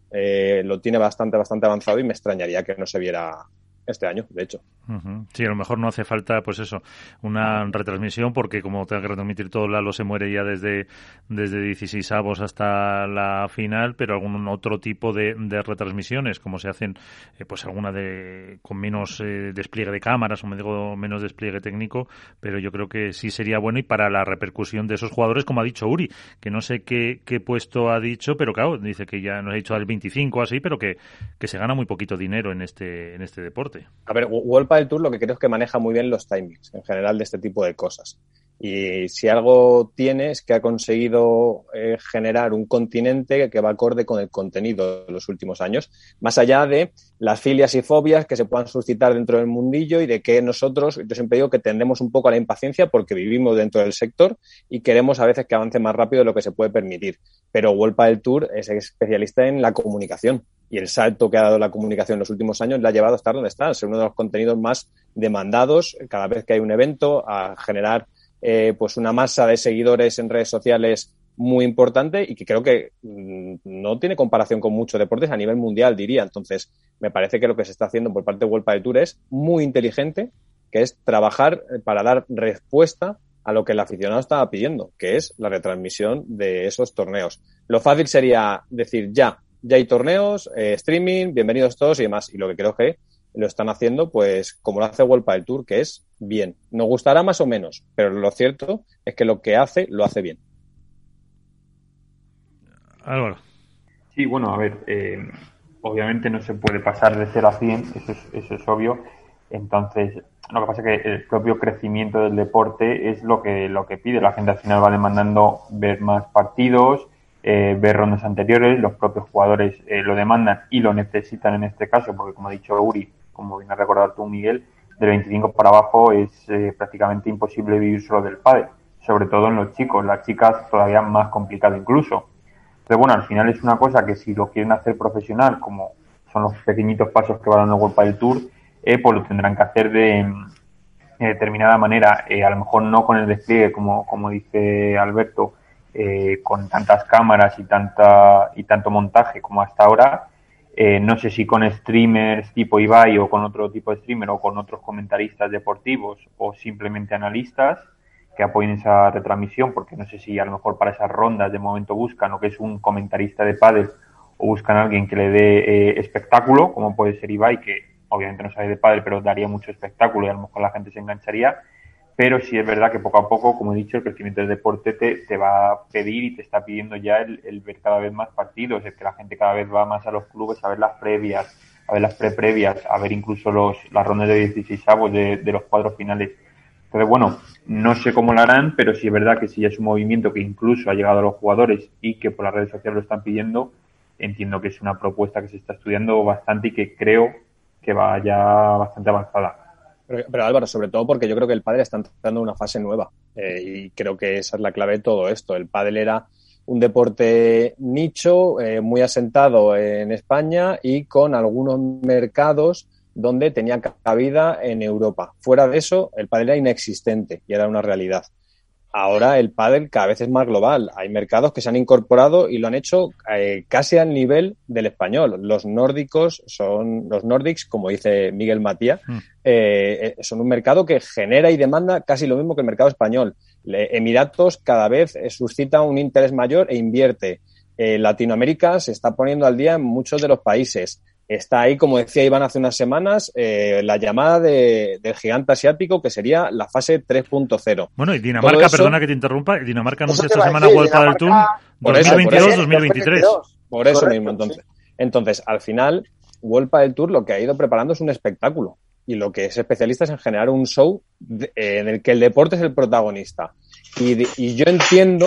eh, lo tiene bastante, bastante avanzado, y me extrañaría que no se viera este año, de hecho. Uh-huh. Sí, a lo mejor no hace falta, pues eso, una retransmisión, porque como tenga que retransmitir todo, Lalo se muere ya desde desde dieciseisavos hasta la final, pero algún otro tipo de, de retransmisiones, como se hacen, eh, pues alguna de con menos eh, despliegue de cámaras, o me digo menos despliegue técnico, pero yo creo que sí sería bueno, y para la repercusión de esos jugadores, como ha dicho Uri, que no sé qué, qué puesto ha dicho, pero claro, dice que ya nos ha dicho al veinticinco así, pero que, que se gana muy poquito dinero en este en este deporte. A ver, World Padel Tour lo que creo es que maneja muy bien los timings en general de este tipo de cosas. Y si algo tiene es que ha conseguido eh, generar un continente que va acorde con el contenido de los últimos años, más allá de las filias y fobias que se puedan suscitar dentro del mundillo, y de que nosotros, yo siempre digo que tendemos un poco a la impaciencia porque vivimos dentro del sector y queremos a veces que avance más rápido de lo que se puede permitir. Pero World Padel Tour es especialista en la comunicación, y el salto que ha dado la comunicación en los últimos años le ha llevado a estar donde está, a ser uno de los contenidos más demandados cada vez que hay un evento, a generar eh, pues una masa de seguidores en redes sociales muy importante, y que creo que mmm, no tiene comparación con muchos deportes a nivel mundial, diría. Entonces, me parece que lo que se está haciendo por parte de World Padel Tour es muy inteligente, que es trabajar para dar respuesta a lo que el aficionado estaba pidiendo, que es la retransmisión de esos torneos. Lo fácil sería decir ya, ya hay torneos, eh, streaming, bienvenidos todos y demás. Y lo que creo que lo están haciendo, pues, como lo hace World Padel Tour, que es bien. Nos gustará más o menos, pero lo cierto es que lo que hace, lo hace bien. Álvaro. Sí, bueno, a ver, eh, obviamente no se puede pasar de cero a cien, eso es, eso es obvio. Entonces, lo que pasa es que el propio crecimiento del deporte es lo que, lo que pide. La gente al final va demandando ver más partidos, Eh, ver rondas anteriores, los propios jugadores eh, lo demandan y lo necesitan en este caso, porque como ha dicho Uri, como bien has recordado tú, Miguel, del veinticinco para abajo es eh, prácticamente imposible vivir solo del pádel, sobre todo en los chicos, las chicas todavía más complicado incluso. Pero bueno, al final es una cosa que si lo quieren hacer profesional, como son los pequeñitos pasos que va dando World Padel Tour, eh, pues lo tendrán que hacer de, de determinada manera, eh, a lo mejor no con el despliegue, como, como dice Alberto, Eh, con tantas cámaras y tanta y tanto montaje como hasta ahora. Eh, no sé si con streamers tipo Ibai o con otro tipo de streamer o con otros comentaristas deportivos o simplemente analistas que apoyen esa retransmisión, porque no sé si a lo mejor para esas rondas de momento buscan o que es un comentarista de pádel o buscan a alguien que le dé eh, espectáculo, como puede ser Ibai, que obviamente no sabe de pádel pero daría mucho espectáculo y a lo mejor la gente se engancharía. Pero sí es verdad que poco a poco, como he dicho, el crecimiento del deporte te, te va a pedir y te está pidiendo ya el, el ver cada vez más partidos, el que la gente cada vez va más a los clubes a ver las previas, a ver las pre-previas, a ver incluso los las rondas de dieciseisavos de, de los cuadros finales Entonces, bueno, no sé cómo lo harán, pero sí es verdad que si es un movimiento que incluso ha llegado a los jugadores y que por las redes sociales lo están pidiendo, entiendo que es una propuesta que se está estudiando bastante y que creo que va ya bastante avanzada. Pero, pero Álvaro, sobre todo porque yo creo que el pádel está entrando en una fase nueva eh, y creo que esa es la clave de todo esto. El pádel era un deporte nicho, eh, muy asentado en España y con algunos mercados donde tenía cabida en Europa. Fuera de eso, el pádel era inexistente y era una realidad. Ahora el pádel cada vez es más global. Hay mercados que se han incorporado y lo han hecho eh, casi al nivel del español. Los nórdicos son, los Nordics, como dice Miguel Matías, mm. eh, son un mercado que genera y demanda casi lo mismo que el mercado español. Le, Emiratos cada vez eh, suscita un interés mayor e invierte. Eh, Latinoamérica se está poniendo al día en muchos de los países. Está ahí, como decía Iván hace unas semanas, eh, la llamada de, del gigante asiático, que sería la fase tres punto cero. Bueno, y Dinamarca, eso, perdona que te interrumpa, Dinamarca anuncia esta semana World Padel Tour dos mil veintidós dos mil veintitrés. Por eso Correcto, mismo, entonces. Sí. Entonces, al final, World Padel Tour lo que ha ido preparando es un espectáculo. Y lo que es especialista es en generar un show de, eh, en el que el deporte es el protagonista. Y, de, y yo entiendo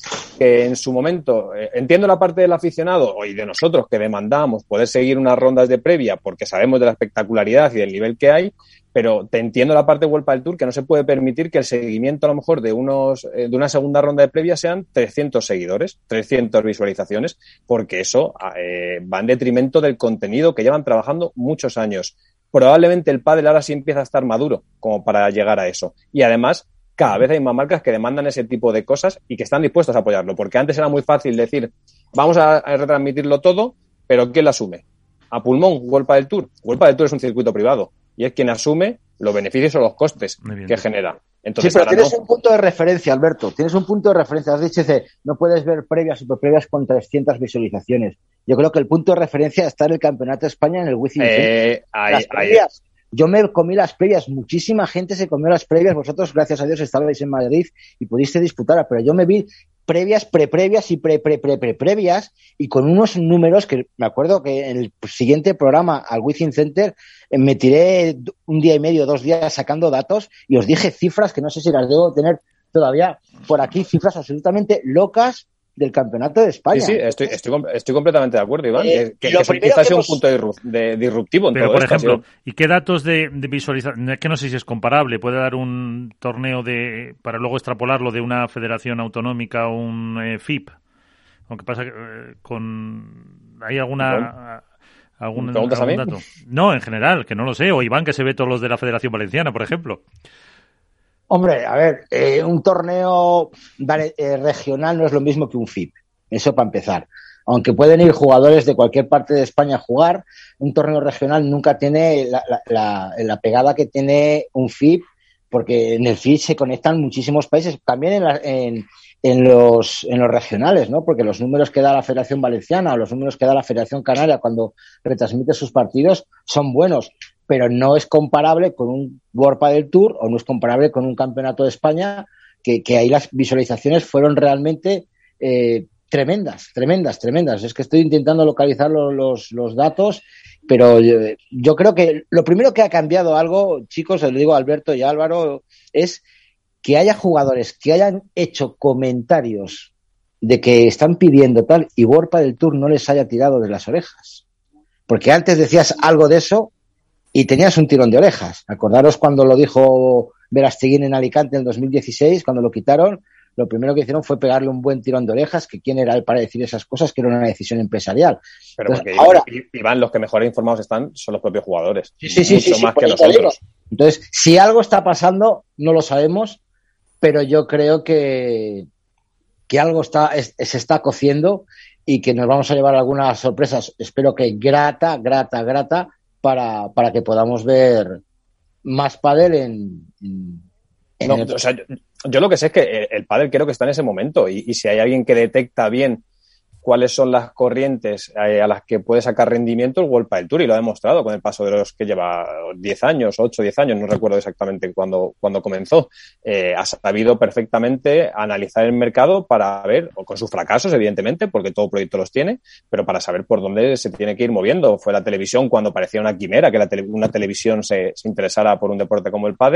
que en su momento, eh, entiendo la parte del aficionado y de nosotros que demandamos poder seguir unas rondas de previa porque sabemos de la espectacularidad y del nivel que hay, pero te entiendo la parte de World Padel Tour que no se puede permitir que el seguimiento a lo mejor de unos eh, de una segunda ronda de previa sean trescientos seguidores, trescientas visualizaciones, porque eso eh, va en detrimento del contenido que llevan trabajando muchos años. Probablemente el pádel ahora sí empieza a estar maduro como para llegar a eso. Y además, cada vez hay más marcas que demandan ese tipo de cosas y que están dispuestas a apoyarlo, porque antes era muy fácil decir, vamos a, a retransmitirlo todo, pero ¿quién lo asume? A pulmón, World Padel Tour. World Padel Tour es un circuito privado y es quien asume los beneficios o los costes que genera. Entonces, sí, pero tienes no... un punto de referencia, Alberto. Tienes un punto de referencia. Has dicho que no puedes ver previas y previas con trescientas visualizaciones. Yo creo que el punto de referencia está en el Campeonato de España en el Wizzing. Eh, las previas. Yo me comí las previas, muchísima gente se comió las previas, vosotros, gracias a Dios, estabais en Madrid y pudiste disputar, pero yo me vi previas, pre-previas y pre-pre-pre-pre-previas y con unos números que me acuerdo que en el siguiente programa al Wizzing Center me tiré un día y medio, dos días sacando datos y os dije cifras que no sé si las debo tener todavía por aquí, cifras absolutamente locas del Campeonato de España. Sí, sí, estoy, estoy, estoy completamente de acuerdo, Iván. Eh, que, que eso quizás sea un punto de disruptivo en Pero, todo por esto, ejemplo, ¿y qué datos de, de visualización? Es que no sé si es comparable. ¿Puede dar un torneo de para luego extrapolarlo de una federación autonómica o un eh, F I P? Aunque pasa que eh, con... ¿Hay alguna... ¿Algún, ¿Preguntas algún a mí? dato? No, en general, que no lo sé. O Iván, que se ve todos los de la Federación Valenciana, por ejemplo. Hombre, a ver, eh, un torneo vale, eh, regional no es lo mismo que un F I P, eso para empezar. Aunque pueden ir jugadores de cualquier parte de España a jugar, un torneo regional nunca tiene la, la, la, la pegada que tiene un F I P, porque en el F I P se conectan muchísimos países, también en, la, en, en, los, en los regionales, ¿no? Porque los números que da la Federación Valenciana o los números que da la Federación Canaria cuando retransmite sus partidos son buenos, pero no es comparable con un World Padel Tour o no es comparable con un Campeonato de España, que, que ahí las visualizaciones fueron realmente eh, tremendas, tremendas, tremendas. Es que estoy intentando localizar los, los, los datos, pero yo, yo creo que lo primero que ha cambiado algo, chicos, os lo digo a Alberto y a Álvaro, es que haya jugadores que hayan hecho comentarios de que están pidiendo tal y World Padel Tour no les haya tirado de las orejas. Porque antes decías algo de eso y tenías un tirón de orejas. Acordaros cuando lo dijo Verasteguín en Alicante en el dos mil dieciséis, cuando lo quitaron, lo primero que hicieron fue pegarle un buen tirón de orejas, que quién era él para decir esas cosas, que era una decisión empresarial. Pero Entonces, porque ahora, Iván, los que mejor informados están son los propios jugadores. Sí, sí, sí, mucho sí, más sí, que nosotros. Entonces, si algo está pasando, no lo sabemos, pero yo creo que, que algo está, es, se está cociendo y que nos vamos a llevar algunas sorpresas, espero que grata, grata, grata, para, para que podamos ver más pádel en, en, en no, el... o sea, yo, yo lo que sé es que el, el pádel creo que está en ese momento y, y si hay alguien que detecta bien cuáles son las corrientes eh, a las que puede sacar rendimiento el World Padel Tour, y lo ha demostrado con el paso de los que lleva diez años, ocho, diez años, no recuerdo exactamente cuándo, cuándo comenzó. Eh, ha sabido perfectamente analizar el mercado para ver, o con sus fracasos, evidentemente, porque todo proyecto los tiene, pero para saber por dónde se tiene que ir moviendo. Fue la televisión cuando parecía una quimera que la tele, una televisión se, se interesara por un deporte como el pádel,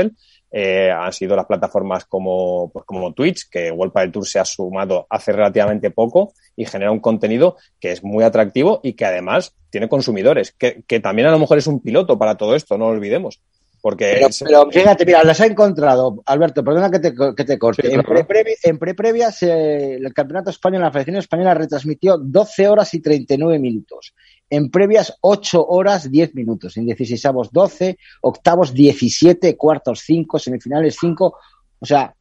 eh, han sido las plataformas como, pues como Twitch, que World Padel Tour se ha sumado hace relativamente poco y genera un contenido que es muy atractivo y que además tiene consumidores, que, que también a lo mejor es un piloto para todo esto, no lo olvidemos. Porque pero, es, pero fíjate, mira, las ha encontrado, Alberto, perdona que te, que te corte. Sí, en, pre -previ, en pre-previas, eh, el Campeonato Español, la Federación Española retransmitió doce horas y treinta y nueve minutos. En previas, ocho horas, diez minutos. En dieciseisavos, doce, octavos, diecisiete, cuartos, cinco, semifinales, cinco. O sea,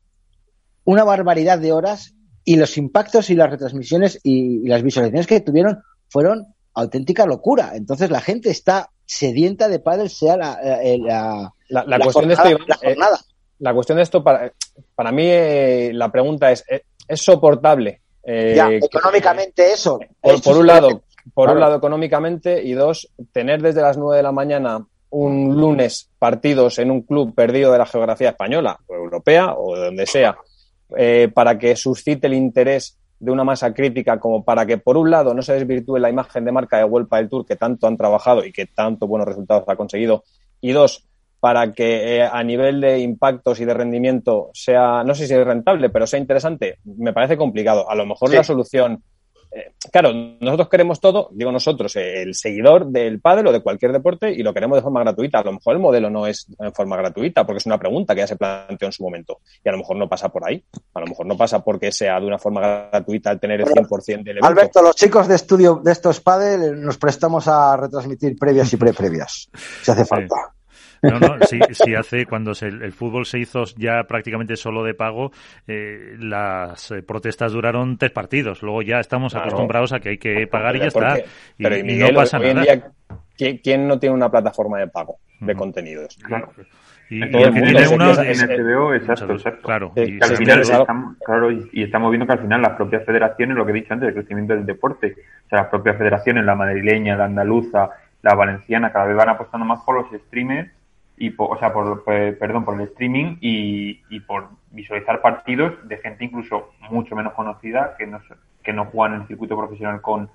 una barbaridad de horas, y los impactos y las retransmisiones y, y las visualizaciones que tuvieron fueron auténtica locura. Entonces la gente está sedienta de pádel, sea la, la, la, la, la, la cuestión jornada, de esto, la jornada. Eh, la cuestión de esto, para, para mí, eh, la pregunta es, ¿es, es soportable? Eh, ya, económicamente que, eso. Por, eso por un lado, por claro. un lado económicamente, y dos, tener desde las nueve de la mañana un lunes partidos en un club perdido de la geografía española o europea o de donde sea, eh, para que suscite el interés de una masa crítica, como para que, por un lado, no se desvirtúe la imagen de marca de World Padel Tour, que tanto han trabajado y que tanto buenos resultados ha conseguido, y dos, para que eh, a nivel de impactos y de rendimiento sea, no sé si es rentable, pero sea interesante, me parece complicado. A lo mejor sí. La solución... Eh, claro, nosotros queremos todo, digo nosotros, eh, el seguidor del pádel o de cualquier deporte, y lo queremos de forma gratuita. A lo mejor el modelo no es en forma gratuita, porque es una pregunta que ya se planteó en su momento, y a lo mejor no pasa por ahí, a lo mejor no pasa porque sea de una forma gratuita al tener el cien por ciento del evento. Alberto, los chicos de estudio de estos pádel nos prestamos a retransmitir previas y pre-previas, si hace falta. Sí. No, no, sí, sí hace, cuando se, el fútbol se hizo ya prácticamente solo de pago, eh, las eh, protestas duraron tres partidos. Luego ya estamos claro. acostumbrados a que hay que pagar y ya está. Y, pero y, Miguel, y no pasa hoy nada. En día, ¿quién, ¿quién no tiene una plataforma de pago de uh-huh. contenidos? Claro. Y, y el que tiene una en H B O, exacto, exacto. Claro. Y, y al final estamos, claro, y, y estamos viendo que al final las propias federaciones, lo que he dicho antes, el crecimiento del deporte, o sea, las propias federaciones, la madrileña, la andaluza, la valenciana, cada vez van apostando más por los streamers, y por, o sea, por, por, perdón, por el streaming y, y por visualizar partidos de gente incluso mucho menos conocida que no, que no juegan en el circuito profesional con,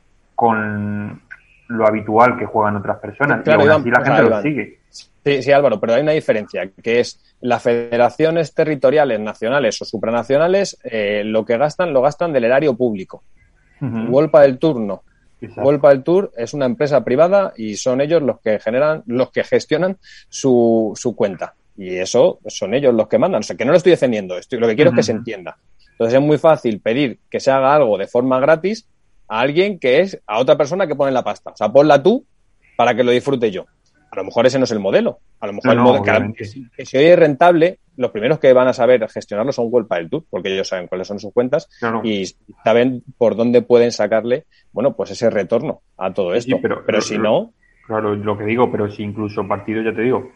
con lo habitual que juegan otras personas. Claro, y aún Iván, así la gente Iván. lo sigue. Sí, sí, Álvaro, pero hay una diferencia, que es las federaciones territoriales, nacionales o supranacionales, eh, lo que gastan, lo gastan del erario público. Uh-huh. World Padel Tour no. Exacto. World Padel Tour es una empresa privada y son ellos los que generan, los que gestionan su, su cuenta. Y eso son ellos los que mandan. O sea, que no lo estoy defendiendo, estoy, lo que quiero uh-huh. es que se entienda. Entonces es muy fácil pedir que se haga algo de forma gratis a alguien que es a otra persona que pone la pasta. O sea, ponla tú para que lo disfrute yo. A lo mejor ese no es el modelo. A lo mejor no, el modelo no, que, que si hoy es rentable, los primeros que van a saber gestionarlo son World Padel Tour, porque ellos saben cuáles son sus cuentas no, no. y saben por dónde pueden sacarle, bueno, pues ese retorno a todo esto. Sí, pero, pero, pero si no... Claro, lo que digo, pero si incluso partidos, ya te digo,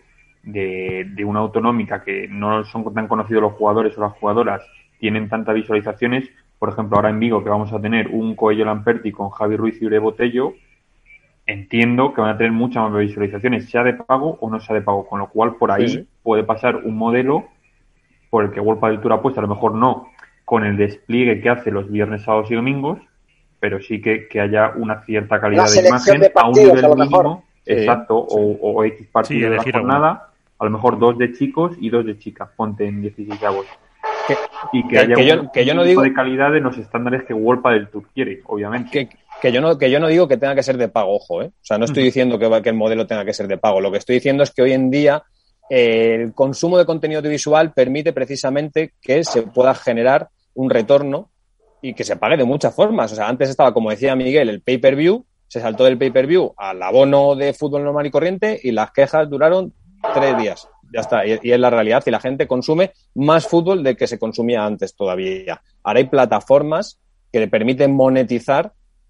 de, de una autonómica que no son tan conocidos los jugadores o las jugadoras, tienen tantas visualizaciones, por ejemplo, ahora en Vigo que vamos a tener un Coello Lamperti con Javi Ruiz y Ure Botello, entiendo que van a tener muchas más visualizaciones, sea de pago o no sea de pago, con lo cual por ahí sí, sí. puede pasar un modelo por el que World Padel Tour apuesta, a lo mejor no con el despliegue que hace los viernes, sábados y domingos, pero sí que, que haya una cierta calidad de imagen de partidos, a un nivel a lo mínimo, mejor. exacto, Sí. O, o X partidos sí, de la jornada, a lo mejor dos de chicos y dos de chicas, ponte en dieciséis avos. Que, y que, que haya que un, yo, que yo un no tipo digo de calidad en los estándares que World Padel Tour quiere, obviamente. Que, que yo no que yo no digo que tenga que ser de pago, ojo, ¿eh? O sea, no estoy diciendo que, que el modelo tenga que ser de pago. Lo que estoy diciendo es que hoy en día eh, el consumo de contenido audiovisual permite precisamente que se pueda generar un retorno y que se pague de muchas formas. O sea, antes estaba, como decía Miguel, el pay-per-view, se saltó del pay-per-view al abono de fútbol normal y corriente y las quejas duraron tres días. Ya está, y, y es la realidad, y la gente consume más fútbol del que se consumía antes todavía. Ahora hay plataformas que le permiten monetizar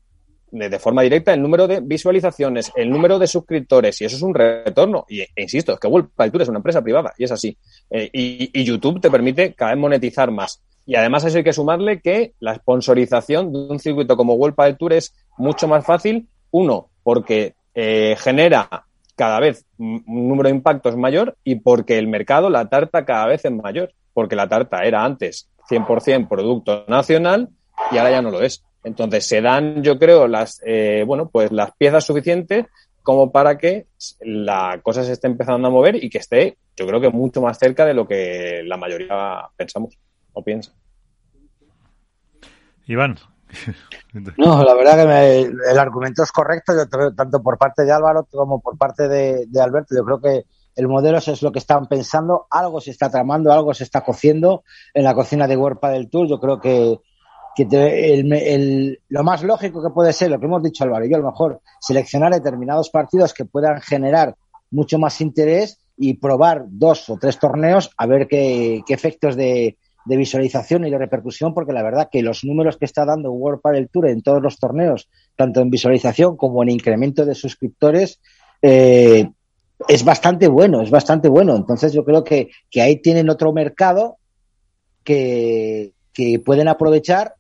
de, de forma directa el número de visualizaciones, el número de suscriptores, y eso es un retorno. Y, e insisto, es que World Padel Tour es una empresa privada, y es así. Eh, y, y YouTube te permite cada vez monetizar más. Y además a eso hay que sumarle que la sponsorización de un circuito como World Padel Tour es mucho más fácil, uno, porque eh, genera cada vez un número de impactos mayor y porque el mercado, la tarta cada vez es mayor, porque la tarta era antes cien por ciento producto nacional y ahora ya no lo es. Entonces se dan, yo creo, las eh, bueno, pues las piezas suficientes como para que la cosa se esté empezando a mover y que esté, yo creo que mucho más cerca de lo que la mayoría pensamos o piensa. Iván. No, la verdad que me, el argumento es correcto, yo creo, tanto por parte de Álvaro como por parte de, de Alberto. Yo creo que el modelo eso es lo que están pensando, algo se está tramando, algo se está cociendo en la cocina de World Padel Tour. Yo creo que, que te, el, el, lo más lógico que puede ser, lo que hemos dicho Álvaro y yo, a lo mejor seleccionar determinados partidos que puedan generar mucho más interés y probar dos o tres torneos a ver qué, qué efectos de de visualización y de repercusión, porque la verdad que los números que está dando World Padel Tour en todos los torneos, tanto en visualización como en incremento de suscriptores, eh, es bastante bueno, es bastante bueno. Entonces yo creo que, que ahí tienen otro mercado que, que pueden aprovechar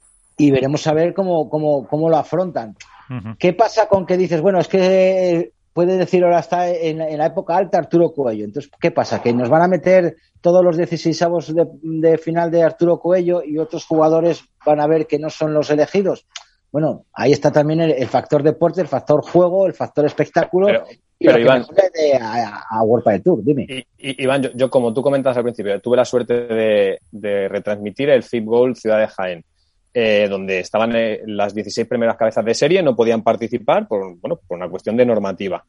y veremos a ver cómo, cómo, cómo lo afrontan. Uh-huh. ¿Qué pasa con que dices, bueno, es que puede decir ahora está en, en la época alta Arturo Coello? Entonces, ¿qué pasa? ¿Que nos van a meter todos los dieciseisavos de, de final de Arturo Coello y otros jugadores van a ver que no son los elegidos? Bueno, ahí está también el, el factor deporte, el factor juego, el factor espectáculo. Pero, y pero lo Iván, que de, a, a World Padel Tour, dime. Y, y, Iván, yo, yo, como tú comentabas al principio, tuve la suerte de, de retransmitir el F I B Gold Ciudad de Jaén, eh, donde estaban eh, las dieciséis primeras cabezas de serie, no podían participar por, bueno, por una cuestión de normativa.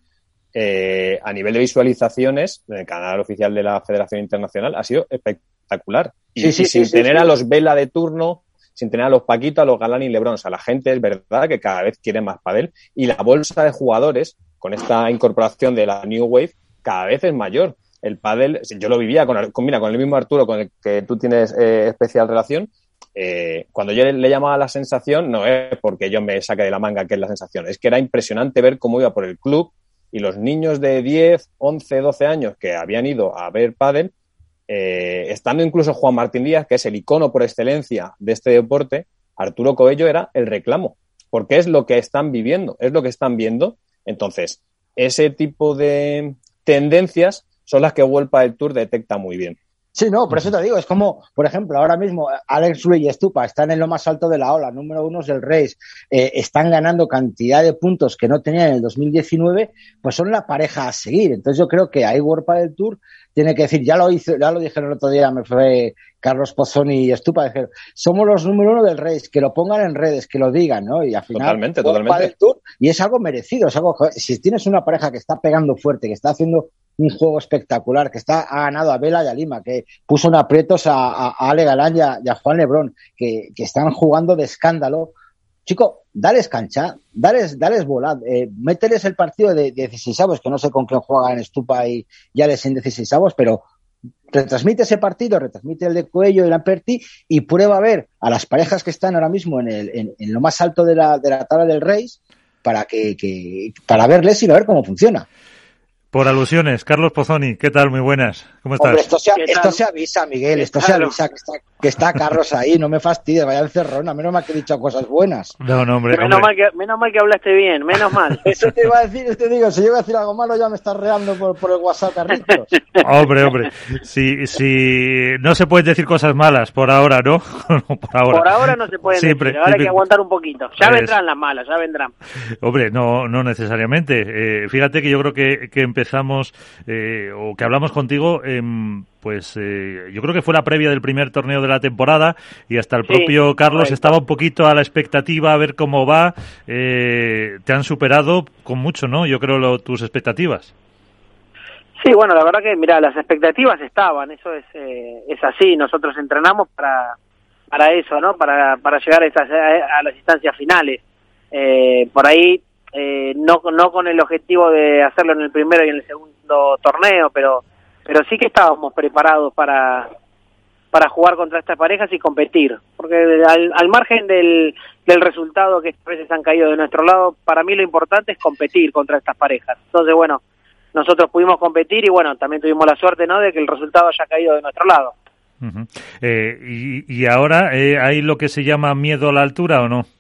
Eh, a nivel de visualizaciones, en el canal oficial de la Federación Internacional ha sido espectacular. Y, sí, sí, y sin sí, tener sí, a sí. los Vela de turno, sin tener a los Paquito, a los Galán y Lebrón. O sea, la gente es verdad que cada vez quiere más pádel y la bolsa de jugadores, con esta incorporación de la New Wave, cada vez es mayor. El pádel, yo lo vivía con, con, mira, con el mismo Arturo con el que tú tienes eh, especial relación. Eh, cuando yo le, le llamaba la sensación, no es porque yo me saque de la manga que es la sensación, es que era impresionante ver cómo iba por el club y los niños de diez, once, doce años que habían ido a ver pádel, eh, estando incluso Juan Martín Díaz, que es el icono por excelencia de este deporte, Arturo Coello era el reclamo, porque es lo que están viviendo, es lo que están viendo. Entonces, ese tipo de tendencias son las que World Padel Tour detecta muy bien. Sí, no, por eso te digo, es como, por ejemplo, ahora mismo Alex Ruiz y Estupa están en lo más alto de la ola, número uno del Race, eh, están ganando cantidad de puntos que no tenían en el dos mil diecinueve, pues son la pareja a seguir. Entonces yo creo que ahí World Padel Tour tiene que decir, ya lo hizo, ya lo dijeron el otro día, me fue Carlos Pozzoni y Estupa, dijeron, somos los número uno del Race, que lo pongan en redes, que lo digan, ¿no? Y al final, totalmente, World totalmente. Padel Tour, y es algo merecido, es algo, si tienes una pareja que está pegando fuerte, que está haciendo un juego espectacular, que está ha ganado a Vela y a Lima, que puso en aprietos a, a, a Ale Galán y a, y a Juan Lebrón, que, que están jugando de escándalo. Chico, dales cancha, dales, dales bola, eh, mételes el partido de dieciseisavos, que no sé con quién juegan Estupa y, y Alex en dieciseisavos, pero retransmite ese partido, retransmite el de Coello y Lamperti y prueba a ver a las parejas que están ahora mismo en, el, en, en lo más alto de la, de la tabla del Race para que, que para verles y ver cómo funciona. Por alusiones, Carlos Pozzoni, ¿qué tal? Muy buenas. ¿Cómo estás? Hombre, esto se, esto se avisa, Miguel, esto se avisa, que está, que está Carlos ahí, no me fastidies, vaya encerrona, menos mal que he dicho cosas buenas. No, no, hombre. Menos, hombre. Mal, que, menos mal que hablaste bien, menos mal. Eso te iba a decir, te digo, si yo iba a decir algo malo ya me estás reando por, por el WhatsApp, Carlitos. Hombre, hombre, si, si no se pueden decir cosas malas por ahora, ¿no? por ahora. Por ahora no se pueden siempre, decir, ahora siempre. Hay que aguantar un poquito. Ya es... vendrán las malas, ya vendrán. Hombre, no, no necesariamente. Eh, fíjate que yo creo que, que empezamos... Eh, o que hablamos contigo, eh, pues eh, yo creo que fue la previa del primer torneo de la temporada y hasta el sí, propio Carlos correcto. Estaba un poquito a la expectativa a ver cómo va. Eh, te han superado con mucho, ¿no? Yo creo lo, tus expectativas. Sí, bueno, la verdad que, mira, las expectativas estaban, eso es eh, es así. Nosotros entrenamos para para eso, ¿no? Para para llegar a, estas, a las instancias finales. Eh, por ahí. Eh, no no con el objetivo de hacerlo en el primero y en el segundo torneo, pero pero sí que estábamos preparados para para jugar contra estas parejas y competir, porque al, al margen del, del resultado que a veces han caído de nuestro lado, para mí lo importante es competir contra estas parejas. Entonces, bueno, nosotros pudimos competir y bueno, también tuvimos la suerte, ¿no?, de que el resultado haya caído de nuestro lado. Uh-huh. eh, y, y ahora, eh, ¿hay lo que se llama miedo a la altura o no?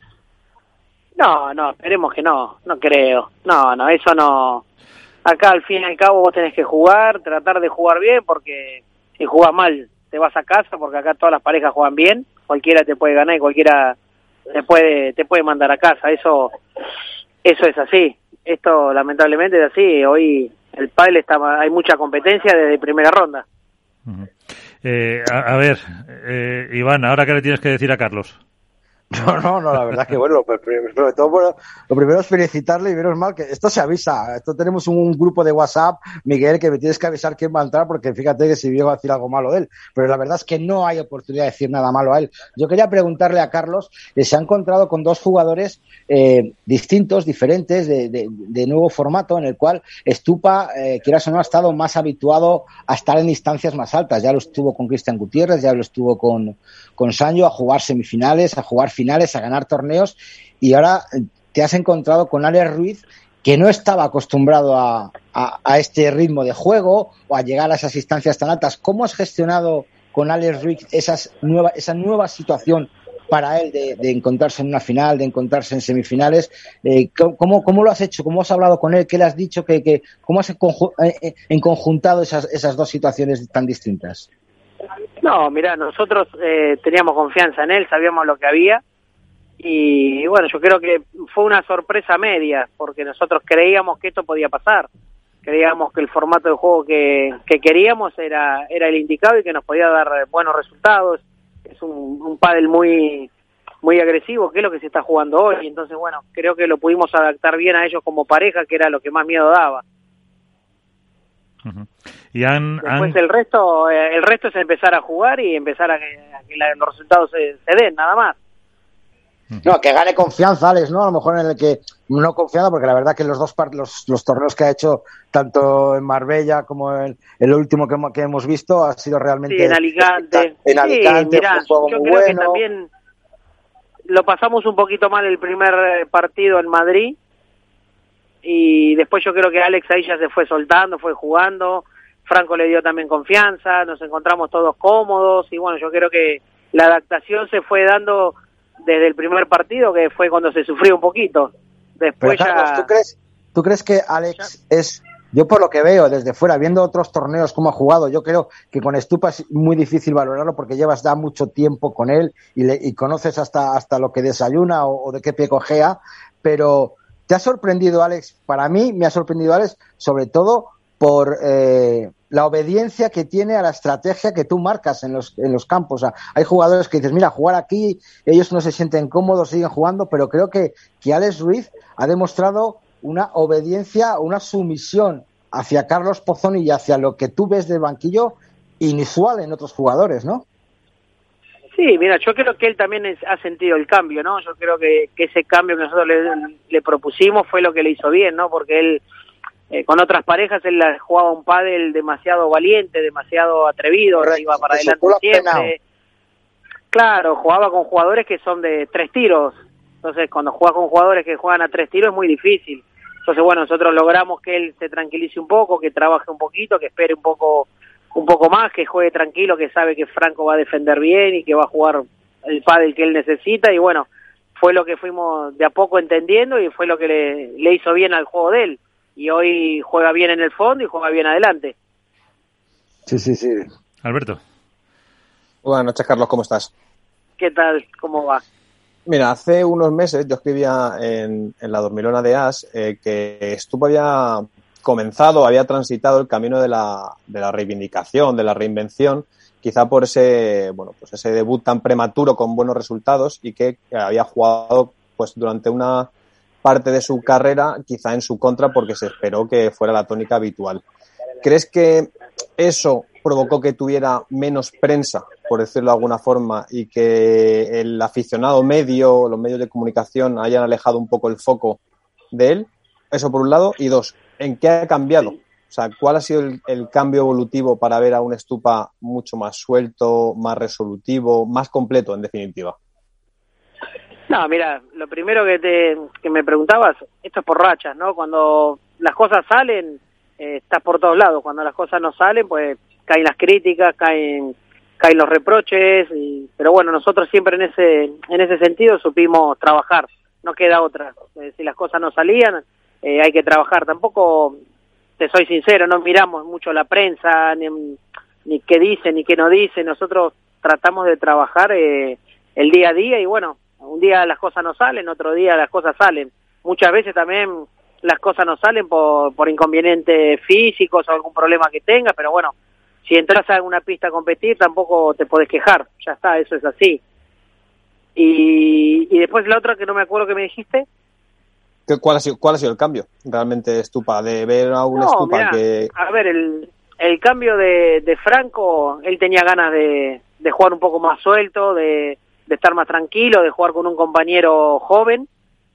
No, no, esperemos que no, no creo. No, no, eso no. Acá al fin y al cabo vos tenés que jugar, tratar de jugar bien, porque si jugás mal te vas a casa, porque acá todas las parejas juegan bien, cualquiera te puede ganar y cualquiera te puede te puede mandar a casa, eso eso es así. esto lamentablemente es así. Hoy el pádel está, hay mucha competencia desde primera ronda. Uh-huh. eh, a, a ver, eh, Iván, ¿ahora qué le tienes que decir a Carlos? No, no, no, la verdad que bueno, sobre todo bueno, lo primero es felicitarle y menos mal que esto se avisa. Esto tenemos un grupo de WhatsApp, Miguel, que me tienes que avisar quién va a entrar porque fíjate que si llego a decir algo malo de él, pero la verdad es que no hay oportunidad de decir nada malo a él. Yo quería preguntarle a Carlos, que se ha encontrado con dos jugadores eh, distintos, diferentes, de, de, de nuevo formato, en el cual Estupa, eh, quieras o no, ha estado más habituado a estar en instancias más altas. Ya lo estuvo con Cristian Gutiérrez, ya lo estuvo con, con Sancho, a jugar semifinales, a jugar finales, a ganar torneos, y ahora te has encontrado con Alex Ruiz, que no estaba acostumbrado a, a, a este ritmo de juego o a llegar a esas instancias tan altas. ¿Cómo has gestionado con Alex Ruiz esas nueva, esa nueva situación para él de, de encontrarse en una final, de encontrarse en semifinales? Eh, ¿cómo, ¿Cómo lo has hecho? ¿Cómo has hablado con él? ¿Qué le has dicho? ¿Que, que, ¿Cómo has enconjuntado esas, esas dos situaciones tan distintas? No, mira, nosotros eh, teníamos confianza en él, sabíamos lo que había y bueno, yo creo que fue una sorpresa media porque nosotros creíamos que esto podía pasar, creíamos que el formato de juego que, que queríamos era era el indicado y que nos podía dar buenos resultados. Es un, un pádel muy muy agresivo, que es lo que se está jugando hoy, entonces bueno, creo que lo pudimos adaptar bien a ellos como pareja, que era lo que más miedo daba. Uh-huh. Y han, Después han... el resto el resto es empezar a jugar y empezar a que, a que la, los resultados se, se den, nada más. No, que gane confianza, Alex, ¿no? A lo mejor en el que no confianza, porque la verdad que los dos par- los, los torneos que ha hecho, tanto en Marbella como en el último que, que hemos visto, ha sido realmente... Sí, en Alicante. En Alicante, sí, mirá, un juego yo muy creo bueno. que también lo pasamos un poquito mal el primer partido en Madrid y después yo creo que Alex ahí ya se fue soltando, fue jugando, Franco le dio también confianza, nos encontramos todos cómodos y bueno, yo creo que la adaptación se fue dando desde el primer partido, que fue cuando se sufrió un poquito. Después Pero, Carlos, ya... ¿tú crees, ¿tú crees que Alex ya... es... Yo por lo que veo desde fuera, viendo otros torneos cómo ha jugado, yo creo que con Estupa es muy difícil valorarlo porque llevas ya mucho tiempo con él y, le, y conoces hasta, hasta lo que desayuna o, o de qué pie cojea, pero ¿te ha sorprendido, Alex? Para mí me ha sorprendido, Alex, sobre todo por eh, la obediencia que tiene a la estrategia que tú marcas en los, en los campos. O sea, hay jugadores que dices, mira, jugar aquí, ellos no se sienten cómodos, siguen jugando, pero creo que, que Alex Ruiz ha demostrado una obediencia, una sumisión hacia Carlos Pozzoni y hacia lo que tú ves del banquillo inusual en otros jugadores, ¿no? Sí, mira, yo creo que él también es, ha sentido el cambio, ¿no? Yo creo que, que ese cambio que nosotros le, le propusimos fue lo que le hizo bien, ¿no? Porque él, eh, con otras parejas, él jugaba un pádel demasiado valiente, demasiado atrevido, Correcto, iba para adelante siempre. Claro, jugaba con jugadores que son de tres tiros. Entonces, cuando juegas con jugadores que juegan a tres tiros es muy difícil. Entonces, bueno, nosotros logramos que él se tranquilice un poco, que trabaje un poquito, que espere un poco un poco más, que juegue tranquilo, que sabe que Franco va a defender bien y que va a jugar el pádel que él necesita. Y bueno, fue lo que fuimos de a poco entendiendo y fue lo que le, le hizo bien al juego de él. Y hoy juega bien en el fondo y juega bien adelante. Sí, sí, sí. Alberto. Buenas noches, Carlos, ¿cómo estás? ¿Qué tal? ¿Cómo va? Mira, hace unos meses yo escribía en, en la Dormilona de As eh, que Estupa había comenzado, había transitado el camino de la, de la reivindicación, de la reinvención, quizá por ese, bueno, pues ese debut tan prematuro con buenos resultados y que había jugado pues durante una parte de su carrera quizá en su contra porque se esperó que fuera la tónica habitual. ¿Crees que eso provocó que tuviera menos prensa, por decirlo de alguna forma, y que el aficionado medio, los medios de comunicación hayan alejado un poco el foco de él? Eso por un lado. Y dos, ¿en qué ha cambiado? O sea, ¿cuál ha sido el, el cambio evolutivo para ver a un Estupa mucho más suelto, más resolutivo, más completo, en definitiva? No, mira, lo primero que te que me preguntabas, esto es por rachas, ¿no? Cuando las cosas salen, eh, estás por todos lados. Cuando las cosas no salen, pues caen las críticas, caen caen los reproches, y, pero bueno, nosotros siempre en ese en ese sentido supimos trabajar, no queda otra. Eh, si las cosas no salían, eh, hay que trabajar. Tampoco, te soy sincero, no miramos mucho la prensa, ni, ni qué dice, ni qué no dice. Nosotros tratamos de trabajar eh, el día a día y bueno, un día las cosas no salen, otro día las cosas salen. Muchas veces también las cosas no salen por, por inconvenientes físicos o algún problema que tengas, pero bueno, si entras a una pista a competir tampoco te podés quejar, ya está, eso es así. Y, y después la otra que no me acuerdo que me dijiste. ¿Cuál ha sido, cuál ha sido el cambio realmente de Stupa? De ver a un no, Stupa mirá, que... A ver, el, el cambio de, de Franco, él tenía ganas de, de jugar un poco más suelto, de, de estar más tranquilo, de jugar con un compañero joven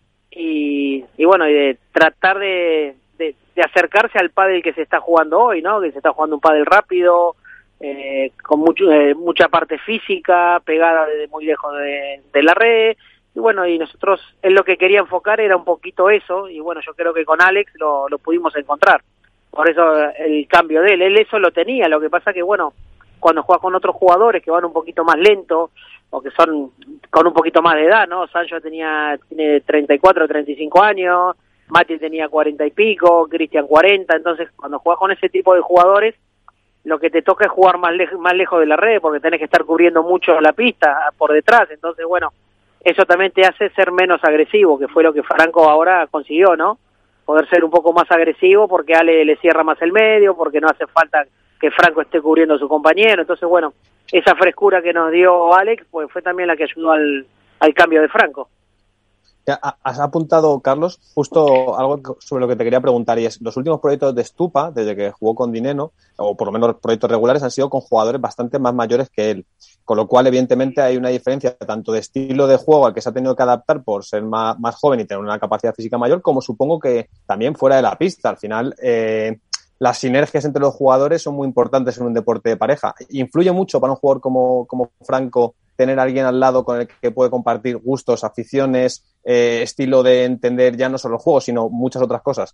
y, y bueno, y de tratar de, de, de acercarse al pádel que se está jugando hoy, ¿no? Que se está jugando un pádel rápido, eh, con mucho, eh, mucha parte física, pegada desde muy lejos de, de la red. Y bueno, y nosotros, él lo que quería enfocar era un poquito eso, y bueno, yo creo que con Alex lo, lo pudimos encontrar. Por eso el cambio de él, él eso lo tenía, lo que pasa que bueno, cuando juegas con otros jugadores que van un poquito más lento, o que son con un poquito más de edad, ¿no? Sancho tenía, tiene treinta y cuatro, treinta y cinco años, Mati tenía cuarenta y pico, Cristian cuarenta, entonces cuando juegas con ese tipo de jugadores, lo que te toca es jugar más, lej más lejos de la red, porque tenés que estar cubriendo mucho la pista por detrás, entonces bueno, eso también te hace ser menos agresivo, que fue lo que Franco ahora consiguió, ¿no? Poder ser un poco más agresivo porque Ale le cierra más el medio, porque no hace falta que Franco esté cubriendo a su compañero. Entonces, bueno, esa frescura que nos dio Alex, pues fue también la que ayudó al, al cambio de Franco. Has apuntado, Carlos, justo algo sobre lo que te quería preguntar, y es, los últimos proyectos de Stupa, desde que jugó con Dineno, o por lo menos proyectos regulares, han sido con jugadores bastante más mayores que él, con lo cual evidentemente hay una diferencia tanto de estilo de juego al que se ha tenido que adaptar por ser más, más joven y tener una capacidad física mayor, como supongo que también fuera de la pista. Al final, eh, las sinergias entre los jugadores son muy importantes en un deporte de pareja. ¿Influye mucho para un jugador como, como Franco tener a alguien al lado con el que puede compartir gustos, aficiones, eh, estilo de entender ya no solo el juego, sino muchas otras cosas?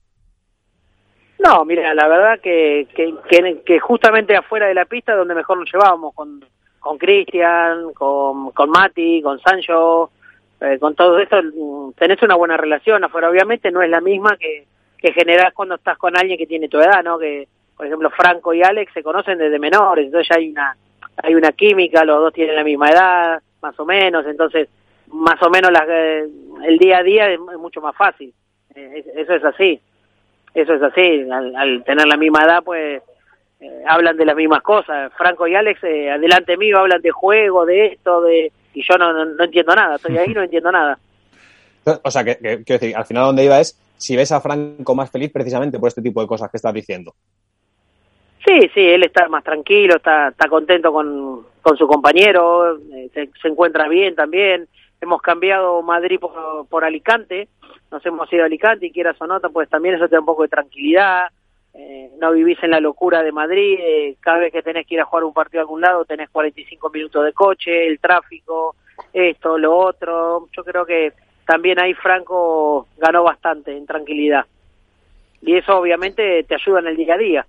No, mira, la verdad que, que, que, que justamente afuera de la pista es donde mejor nos llevábamos, con con Cristian, con, con Mati, con Sancho, eh, con todo esto, tenés una buena relación afuera. Obviamente no es la misma que, que generás cuando estás con alguien que tiene tu edad, ¿no? Que, por ejemplo, Franco y Alex se conocen desde menores, entonces ya hay una hay una química, los dos tienen la misma edad, más o menos, entonces más o menos las, eh, el día a día es, es mucho más fácil. Eh, eso es así, eso es así, al, al tener la misma edad, pues eh, hablan de las mismas cosas. Franco y Alex, eh, adelante mío, hablan de juego, de esto, de y yo no, no, no entiendo nada, estoy ahí y no entiendo nada. O sea, que, que quiero decir, al final donde iba es si ves a Franco más feliz precisamente por este tipo de cosas que estás diciendo. Sí, sí, él está más tranquilo, está está contento con, con su compañero, eh, se, se encuentra bien también. Hemos cambiado Madrid por, por Alicante, nos hemos ido a Alicante y quieras o no, pues también eso te da un poco de tranquilidad. Eh, no vivís en la locura de Madrid, eh, cada vez que tenés que ir a jugar un partido a algún lado tenés cuarenta y cinco minutos de coche, el tráfico, esto, lo otro. Yo creo que también ahí Franco ganó bastante en tranquilidad. Y eso obviamente te ayuda en el día a día.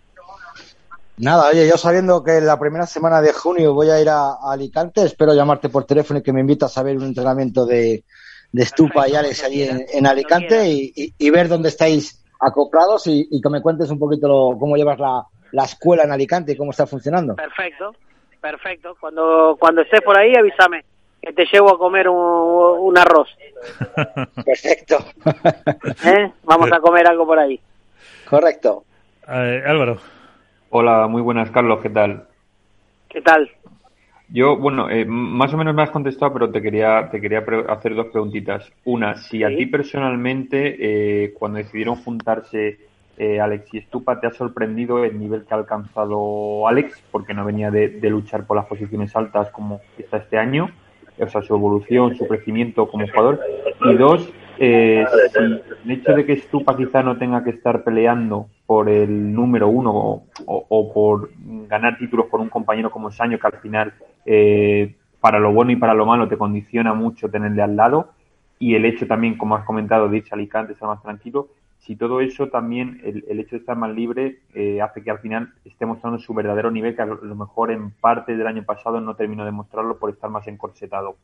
Nada, oye, yo sabiendo que la primera semana de junio voy a ir a, a Alicante, espero llamarte por teléfono y que me invitas a ver un entrenamiento de, de Stupa y Alex allí en, en Alicante y, y, y ver dónde estáis acoplados y, y que me cuentes un poquito lo, cómo llevas la, la escuela en Alicante y cómo está funcionando. Perfecto, perfecto. Cuando cuando estés por ahí avísame, que te llevo a comer un, un arroz. Perfecto. ¿Eh? Vamos a comer algo por ahí. Correcto. Eh, Álvaro. Hola, muy buenas, Carlos, ¿qué tal? ¿Qué tal? Yo, bueno, eh, más o menos me has contestado, pero te quería te quería hacer dos preguntitas. Una, si ¿Sí? a ti personalmente, eh, cuando decidieron juntarse eh, Alex y Stupa, ¿te ha sorprendido el nivel que ha alcanzado Alex? Porque no venía de, de luchar por las posiciones altas como está este año. O sea, su evolución, su crecimiento como jugador. Y dos, eh, si el hecho de que Stupa quizá no tenga que estar peleando por el número uno o, o, o por ganar títulos por un compañero como Sancho, que al final, eh, para lo bueno y para lo malo, te condiciona mucho tenerle al lado, y el hecho también, como has comentado, de irse a Alicante, estar más tranquilo, si todo eso también, el, el hecho de estar más libre, eh, hace que al final esté mostrando su verdadero nivel, que a lo mejor en parte del año pasado no terminó de mostrarlo por estar más encorsetado.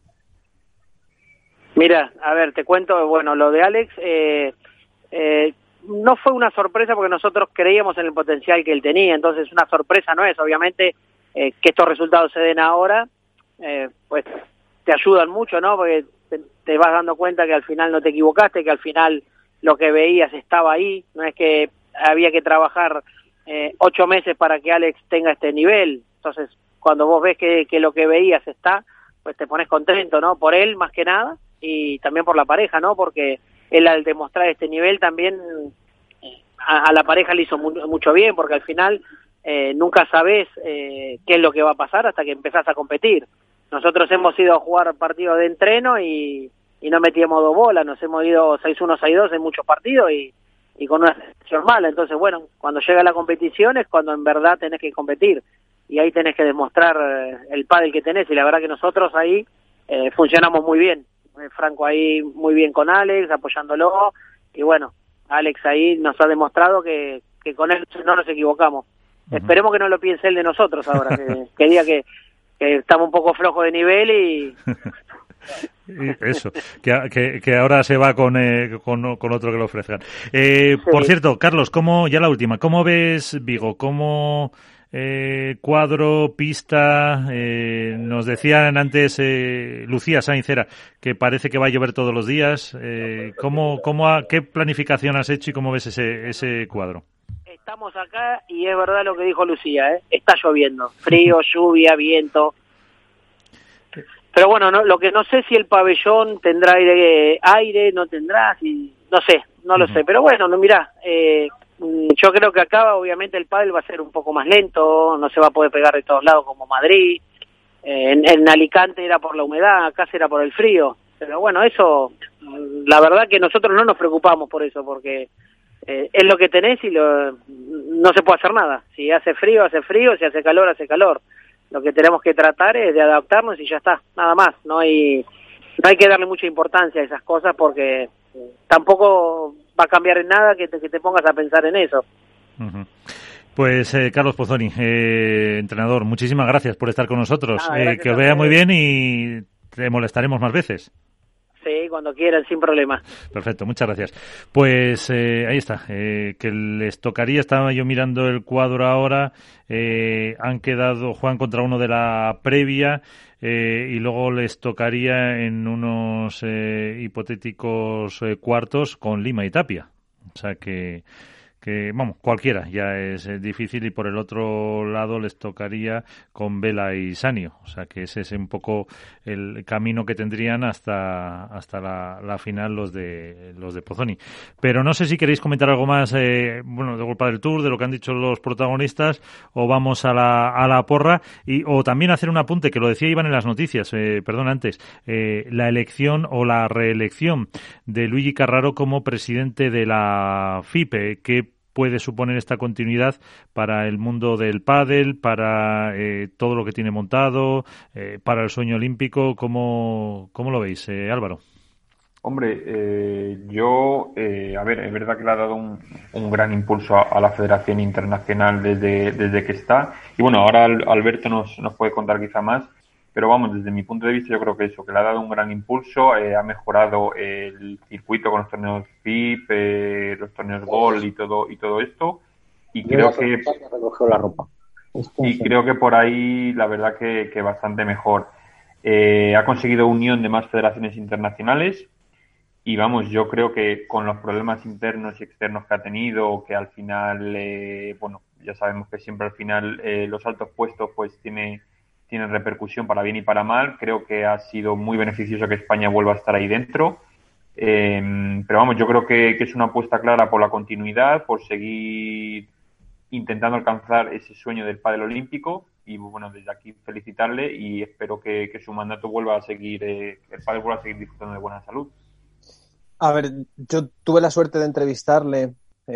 Mira, a ver, te cuento, bueno, lo de Alex eh, eh, no fue una sorpresa porque nosotros creíamos en el potencial que él tenía, entonces una sorpresa no es, obviamente, eh, que estos resultados se den ahora, eh, pues te ayudan mucho, ¿no? Porque te, te vas dando cuenta que al final no te equivocaste, que al final lo que veías estaba ahí, no es que había que trabajar eh, ocho meses para que Alex tenga este nivel. Entonces, cuando vos ves que, que lo que veías está, pues te pones contento, ¿no? Por él más que nada, y también por la pareja, ¿no? Porque él al demostrar este nivel también a, a la pareja le hizo mu mucho bien, porque al final eh, nunca sabés eh, qué es lo que va a pasar hasta que empezás a competir. Nosotros hemos ido a jugar partidos de entreno y, y no metíamos dos bolas, nos hemos ido seis uno, seis dos en muchos partidos y, y con una situación mala. Entonces, bueno, cuando llega la competición es cuando en verdad tenés que competir y ahí tenés que demostrar eh, el pádel que tenés, y la verdad que nosotros ahí eh, funcionamos muy bien. Eh, Franco ahí muy bien con Alex, apoyándolo, y bueno, Alex ahí nos ha demostrado que, que con él no nos equivocamos. Uh-huh. Esperemos que no lo piense él de nosotros ahora, que, que diga que, que estamos un poco flojos de nivel y... Eso, que, que, que ahora se va con, eh, con, con otro que lo ofrezcan. Eh, sí. Por cierto, Carlos, ¿cómo, ya la última, ¿cómo ves Vigo? ¿Cómo eh, cuadro, pista? Eh, nos decían antes eh, Lucía Saincera que parece que va a llover todos los días. Eh, ¿cómo, cómo ha, ¿Qué planificación has hecho y cómo ves ese, ese cuadro? Estamos acá y es verdad lo que dijo Lucía, ¿eh? Está lloviendo, frío, lluvia, viento. Pero bueno, no, lo que no sé si el pabellón tendrá aire, aire no tendrá, si, no sé, no lo uh-huh. sé. Pero bueno, no mirá, eh, yo creo que acá obviamente el pádel va a ser un poco más lento, no se va a poder pegar de todos lados como Madrid. Eh, en, en Alicante era por la humedad, acá será por el frío. Pero bueno, eso, la verdad que nosotros no nos preocupamos por eso, porque eh, es lo que tenés y lo, no se puede hacer nada. Si hace frío, hace frío, si hace calor, hace calor. Lo que tenemos que tratar es de adaptarnos y ya está, nada más. No hay no hay que darle mucha importancia a esas cosas porque tampoco va a cambiar en nada que te, que te pongas a pensar en eso. Uh-huh. Pues eh, Carlos Pozzoni, eh, entrenador, muchísimas gracias por estar con nosotros. Ah, eh, que os vea muy bien y te molestaremos más veces. Sí, cuando quieran, sin problema. Perfecto, muchas gracias. Pues eh, ahí está, eh, que les tocaría, estaba yo mirando el cuadro ahora, eh, han quedado, juegan contra uno de la previa eh, y luego les tocaría en unos eh, hipotéticos eh, cuartos con Lima y Tapia. O sea que... que vamos, cualquiera ya es eh, difícil, y por el otro lado les tocaría con Vela y Sanio, o sea que ese es un poco el camino que tendrían hasta hasta la, la final los de los de Pozzoni. Pero no sé si queréis comentar algo más, eh, bueno, de World Padel Tour, de lo que han dicho los protagonistas, o vamos a la a la porra, y o también hacer un apunte que lo decía Iván en las noticias, eh, perdón antes, eh, la elección o la reelección de Luigi Carraro como presidente de la F I P, que puede suponer esta continuidad para el mundo del pádel, para eh, todo lo que tiene montado, eh, para el sueño olímpico. ¿Cómo, cómo lo veis, eh, Álvaro? Hombre, eh, yo, eh, a ver, es verdad que le ha dado un, un gran impulso a, a la Federación Internacional desde, desde que está. Y bueno, ahora Alberto nos, nos puede contar quizá más. Pero vamos, desde mi punto de vista yo creo que eso, que le ha dado un gran impulso, eh, ha mejorado el circuito con los torneos F I P, eh, los torneos Gol y todo y todo esto, y creo que la ropa. y creo que por ahí la verdad que, que bastante mejor. Eh, ha conseguido unión de más federaciones internacionales y vamos, yo creo que con los problemas internos y externos que ha tenido, que al final, eh, bueno, ya sabemos que siempre al final eh, los altos puestos pues tiene tienen repercusión para bien y para mal. Creo que ha sido muy beneficioso que España vuelva a estar ahí dentro. Eh, pero vamos, yo creo que, que es una apuesta clara por la continuidad, por seguir intentando alcanzar ese sueño del pádel olímpico. Y bueno, desde aquí felicitarle y espero que, que su mandato vuelva a seguir, eh, el pádel vuelva a seguir disfrutando de buena salud. A ver, yo tuve la suerte de entrevistarle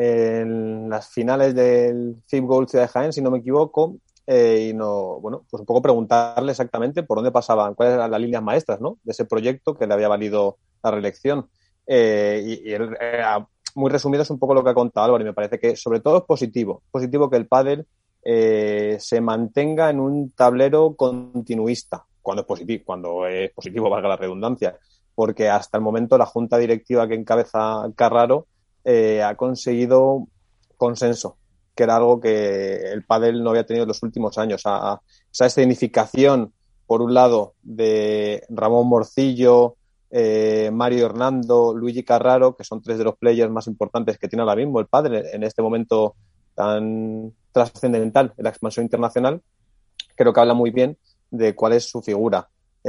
en las finales del F I B Gold Ciudad de Jaén, si no me equivoco. Eh, y no, bueno, pues un poco preguntarle exactamente por dónde pasaban, cuáles eran las líneas maestras, ¿no?, de ese proyecto que le había valido la reelección. Eh, y, y él, eh, muy resumido, es un poco lo que ha contado Álvaro, y me parece que sobre todo es positivo, positivo que el pádel eh, se mantenga en un tablero continuista, cuando es positivo, cuando es positivo, valga la redundancia, porque hasta el momento la junta directiva que encabeza Carraro eh, ha conseguido consenso, que era algo que el pádel no había tenido en los últimos años. A, a, esa escenificación, por un lado, de Ramón Morcillo, eh, Mario Hernando, Luigi Carraro, que son tres de los players más importantes que tiene ahora mismo el pádel en este momento tan trascendental en la expansión internacional, creo que habla muy bien de cuál es su figura.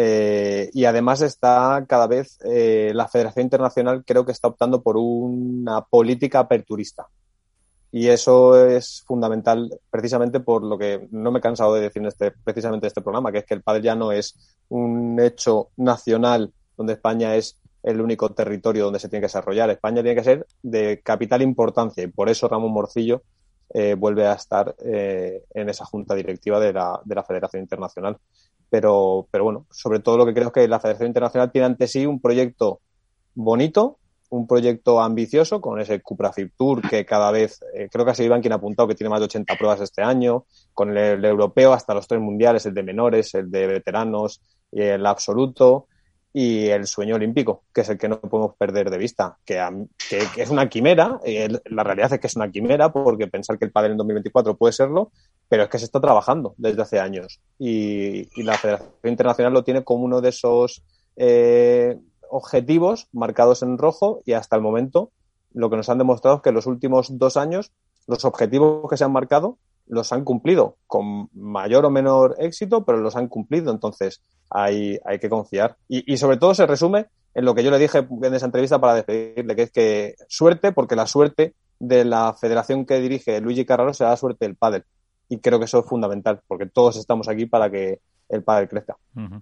Eh, y además está cada vez, eh, la Federación Internacional creo que está optando por una política aperturista. Y eso es fundamental precisamente por lo que no me he cansado de decir en este, precisamente en este programa, que es que el pádel ya no es un hecho nacional donde España es el único territorio donde se tiene que desarrollar. España tiene que ser de capital importancia y por eso Ramón Morcillo eh, vuelve a estar eh, en esa junta directiva de la, de la Federación Internacional. Pero, pero bueno, sobre todo lo que creo es que la Federación Internacional tiene ante sí un proyecto bonito, un proyecto ambicioso con ese Cupra F I B Tour que cada vez, eh, creo que ha sido Iván quien ha apuntado que tiene más de ochenta pruebas este año, con el, el europeo hasta los tres mundiales, el de menores, el de veteranos y el absoluto, y el sueño olímpico, que es el que no podemos perder de vista, que, que, que es una quimera, eh, la realidad es que es una quimera, porque pensar que el pádel en dos mil veinticuatro puede serlo, pero es que se está trabajando desde hace años, y, y la Federación Internacional lo tiene como uno de esos eh, objetivos marcados en rojo, y hasta el momento lo que nos han demostrado es que en los últimos dos años los objetivos que se han marcado los han cumplido, con mayor o menor éxito, pero los han cumplido. Entonces hay, hay que confiar. Y, y sobre todo se resume en lo que yo le dije en esa entrevista para despedirle, que es que suerte, porque la suerte de la federación que dirige Luigi Carraro será la suerte del pádel. Y creo que eso es fundamental, porque todos estamos aquí para que el pádel crezca. Uh-huh.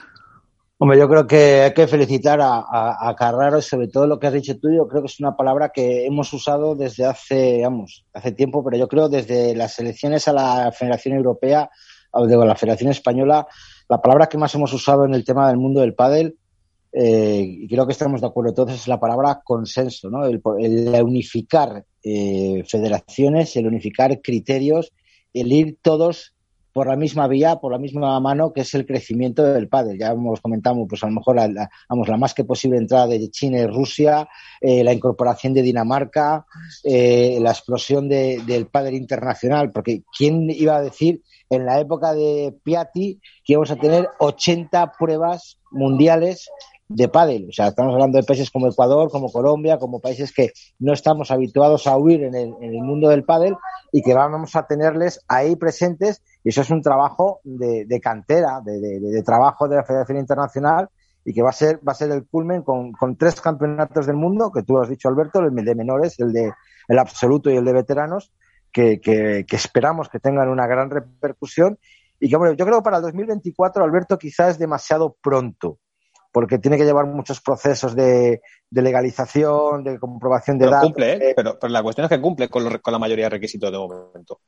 Hombre, yo creo que hay que felicitar a, a, a Carraro, y sobre todo lo que has dicho tú, yo creo que es una palabra que hemos usado desde hace, vamos, hace tiempo, pero yo creo desde las elecciones a la Federación Europea, o digo, a la Federación Española, la palabra que más hemos usado en el tema del mundo del pádel, eh, y creo que estamos de acuerdo todos, es la palabra consenso, ¿no? El, el unificar eh, federaciones, el unificar criterios, el ir todos por la misma vía, por la misma mano, que es el crecimiento del pádel. Ya hemos comentado, pues a lo mejor la, la, vamos, la más que posible entrada de China y Rusia, eh, la incorporación de Dinamarca, eh, la explosión de, del pádel internacional, porque ¿quién iba a decir en la época de Piatti que íbamos a tener ochenta pruebas mundiales de pádel? O sea, estamos hablando de países como Ecuador, como Colombia, como países que no estamos habituados a huir en el, en el mundo del pádel, y que vamos a tenerles ahí presentes, y eso es un trabajo de, de cantera, de, de, de trabajo de la Federación Internacional, y que va a ser va a ser el culmen con, con tres campeonatos del mundo, que tú lo has dicho, Alberto, el de menores, el de el absoluto y el de veteranos, que, que, que esperamos que tengan una gran repercusión, y que, bueno, yo creo que para el dos mil veinticuatro, Alberto, quizás es demasiado pronto, porque tiene que llevar muchos procesos de, de legalización, de comprobación de pero datos. Cumple, ¿eh? pero, pero la cuestión es que cumple con, lo, con la mayoría de requisitos de momento.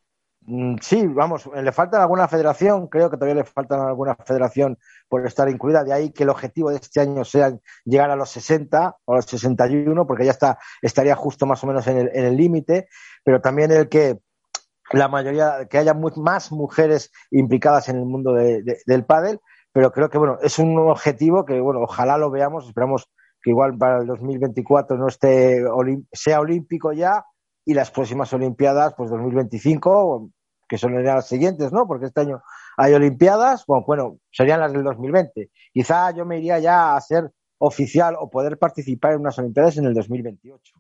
Sí, vamos, le falta alguna federación, creo que todavía le falta alguna federación por estar incluida, de ahí que el objetivo de este año sea llegar a los sesenta o a los sesenta y uno, porque ya está estaría justo más o menos en el en el límite, pero también el que la mayoría, que haya muy, más mujeres implicadas en el mundo de, de, del pádel. Pero creo que, bueno, es un objetivo que, bueno, ojalá lo veamos, esperamos que igual para el dos mil veinticuatro no esté, sea olímpico ya, y las próximas Olimpiadas, pues dos mil veinticinco, que son las siguientes, ¿no? Porque este año hay Olimpiadas, bueno, bueno, serían las del dos mil veinte. Quizá yo me iría ya a ser oficial o poder participar en unas Olimpiadas en el dos mil veintiocho.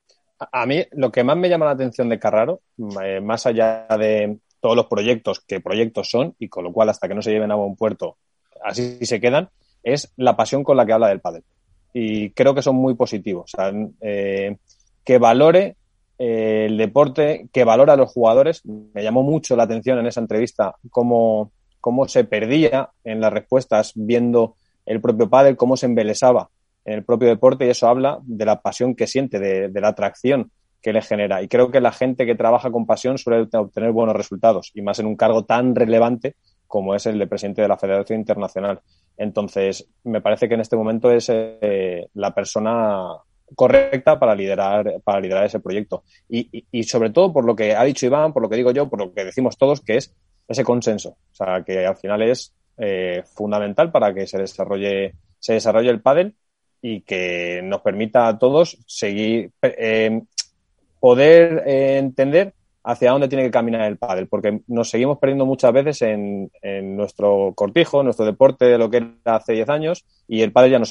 A mí, lo que más me llama la atención de Carraro, eh, más allá de todos los proyectos, que proyectos son, y con lo cual hasta que no se lleven a buen puerto, así se quedan, es la pasión con la que habla del pádel. Y creo que son muy positivos. O sea, eh, que valore eh, el deporte, que valora a los jugadores. Me llamó mucho la atención en esa entrevista cómo, cómo se perdía en las respuestas viendo el propio pádel, cómo se embelesaba en el propio deporte, y eso habla de la pasión que siente, de, de la atracción que le genera. Y creo que la gente que trabaja con pasión suele obtener buenos resultados, y más en un cargo tan relevante como es el de presidente de la Federación Internacional. Entonces, me parece que en este momento es eh, la persona correcta para liderar para liderar ese proyecto. Y, y, y sobre todo por lo que ha dicho Iván, por lo que digo yo, por lo que decimos todos, que es ese consenso. O sea, que al final es eh, fundamental para que se desarrolle se desarrolle el pádel, y que nos permita a todos seguir eh, poder eh, entender hacia dónde tiene que caminar el pádel, porque nos seguimos perdiendo muchas veces en, en nuestro cortijo, en nuestro deporte de lo que era hace diez años, y el pádel ya no es eso.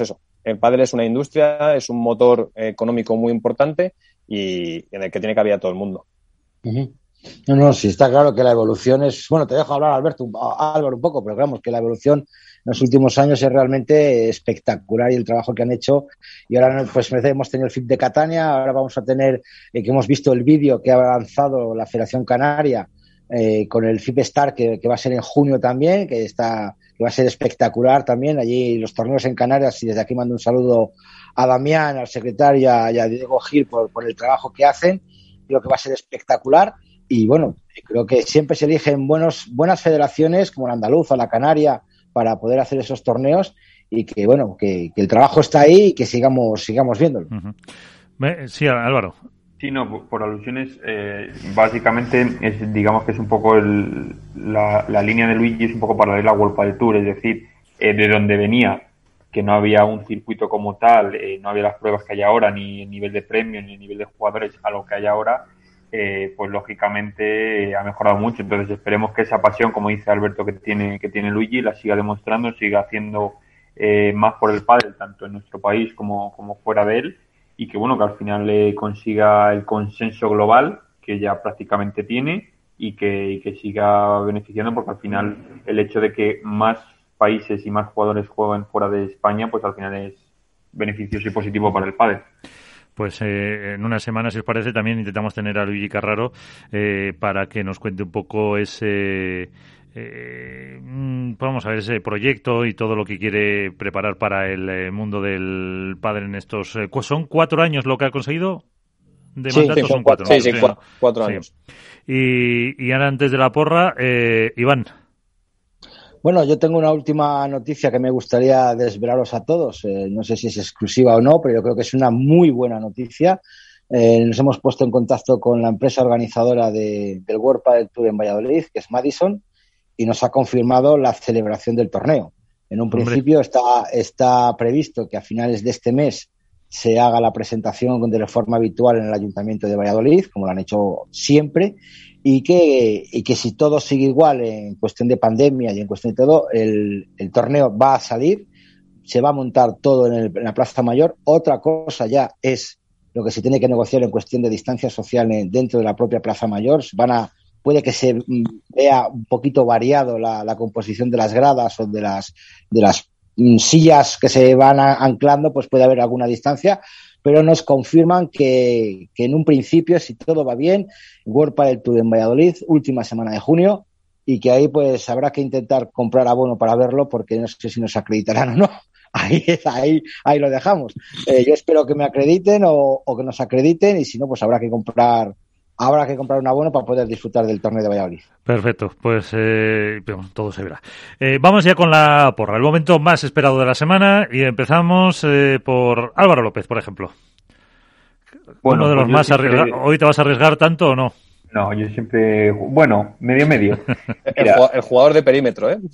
El pádel es una industria, es un motor económico muy importante y en el que tiene cabida todo el mundo. Uh-huh. No, no, sí está claro que la evolución es... Bueno, te dejo hablar, Alberto, a Álvaro un poco, pero digamos que la evolución en los últimos años es realmente espectacular y el trabajo que han hecho. Y ahora pues hemos tenido el F I B de Catania, ahora vamos a tener, eh, que hemos visto el vídeo que ha lanzado la Federación Canaria eh, con el F I B Star, que, que va a ser en junio también, que está que va a ser espectacular también. Allí los torneos en Canarias, y desde aquí mando un saludo a Damián, al secretario y a, y a Diego Gil por, por el trabajo que hacen. Creo que va a ser espectacular. Y bueno, creo que siempre se eligen buenos, buenas federaciones como la andaluza, la canaria, para poder hacer esos torneos y que bueno, que, que el trabajo está ahí y que sigamos, sigamos viéndolo. Uh-huh. Sí, Álvaro. Sí, no, por alusiones, eh, básicamente es, digamos que es un poco el, la, la línea de Luigi es un poco paralela a World Padel Tour, es decir, eh, de donde venía, que no había un circuito como tal, eh, no había las pruebas que hay ahora, ni el nivel de premio, ni el nivel de jugadores a lo que hay ahora. Eh, pues lógicamente eh, ha mejorado mucho, entonces esperemos que esa pasión, como dice Alberto, que tiene que tiene Luigi, la siga demostrando, siga haciendo eh, más por el pádel, tanto en nuestro país como, como fuera de él, y que bueno, que al final le eh, consiga el consenso global que ya prácticamente tiene y que, y que siga beneficiando, porque al final el hecho de que más países y más jugadores jueguen fuera de España, pues al final es beneficioso y positivo para el pádel. Pues eh, en unas semanas, si os parece, también intentamos tener a Luigi Carraro eh, para que nos cuente un poco ese, eh, vamos a ver, ese proyecto y todo lo que quiere preparar para el eh, mundo del pádel en estos... Eh, ¿Son cuatro años lo que ha conseguido de sí, mandato? Sí, son cuatro, sí, sí, sí, cuatro, cuatro años. Sí. Y, y ahora, antes de la porra, eh, Iván. Bueno, yo tengo una última noticia que me gustaría desvelaros a todos. Eh, no sé si es exclusiva o no, pero yo creo que es una muy buena noticia. Eh, nos hemos puesto en contacto con la empresa organizadora de, del World Padel Tour en Valladolid, que es Madison, y nos ha confirmado la celebración del torneo. En un principio está, está previsto que a finales de este mes se haga la presentación de forma habitual en el Ayuntamiento de Valladolid, como lo han hecho siempre, y que, y que si todo sigue igual en cuestión de pandemia y en cuestión de todo, el, el torneo va a salir, se va a montar todo en, el, en la Plaza Mayor. Otra cosa ya es lo que se tiene que negociar en cuestión de distancia social dentro de la propia Plaza Mayor. Van a, puede que se vea un poquito variado la, la composición de las gradas o de las, de las sillas que se van anclando, pues puede haber alguna distancia, pero nos confirman que, que en un principio, si todo va bien, World Padel Tour en Valladolid, última semana de junio, y que ahí pues habrá que intentar comprar abono para verlo, porque no sé si nos acreditarán o no. Ahí, ahí, ahí lo dejamos. Eh, yo espero que me acrediten o, o que nos acrediten, y si no, pues habrá que comprar habrá que comprar un abono para poder disfrutar del torneo de Valladolid. Perfecto, pues eh, todo se verá. Eh, vamos ya con la porra, el momento más esperado de la semana, y empezamos eh, por Álvaro López, por ejemplo. Bueno, Uno de los pues más siempre... arriesgados. ¿Hoy te vas a arriesgar tanto o no? No, yo siempre... Bueno, medio medio. el, el jugador de perímetro, ¿eh?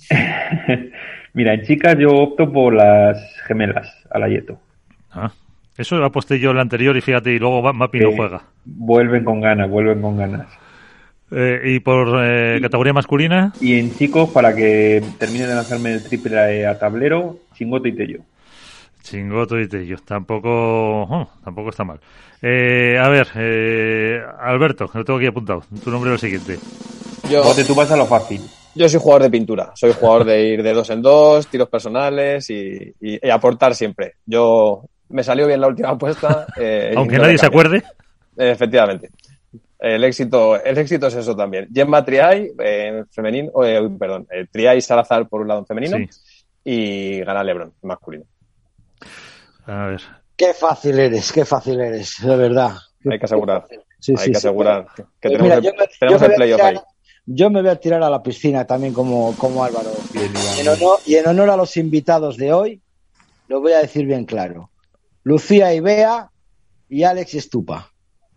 Mira, en chicas yo opto por las gemelas, Alayeto. Ah, eso lo aposté yo el anterior y fíjate, y luego Mapi no juega. Vuelven con ganas, vuelven con ganas. Eh, ¿Y por eh, y, categoría masculina? Y en chicos, para que termine de lanzarme el triple a tablero, Chingoto y Tello. Chingoto y Tello, tampoco, oh, tampoco está mal. Eh, a ver, eh, Alberto, lo tengo aquí apuntado. Tu nombre es el siguiente. Yo, Bote, tú vas a lo fácil. Yo soy jugador de pintura. Soy jugador de ir de dos en dos, tiros personales y, y, y aportar siempre. Yo me salió bien la última apuesta. Eh, Aunque nadie se acuerde. Eh, efectivamente. El éxito, el éxito es eso también. Gemma Triay, eh, femenino, eh, perdón, eh, Triay Salazar por un lado en femenino, sí. Y gana Lebron en masculino. A ver. Qué fácil eres, qué fácil eres, de verdad. Hay que asegurar. Sí, Hay sí, que sí, asegurar sí. que Pues tenemos mira, el, yo me, tenemos yo el playoff ahí. Yo me voy a tirar a la piscina también como, como Álvaro. Y en, honor, y en honor a los invitados de hoy, lo voy a decir bien claro. Lucía y Bea y Alex Estupa.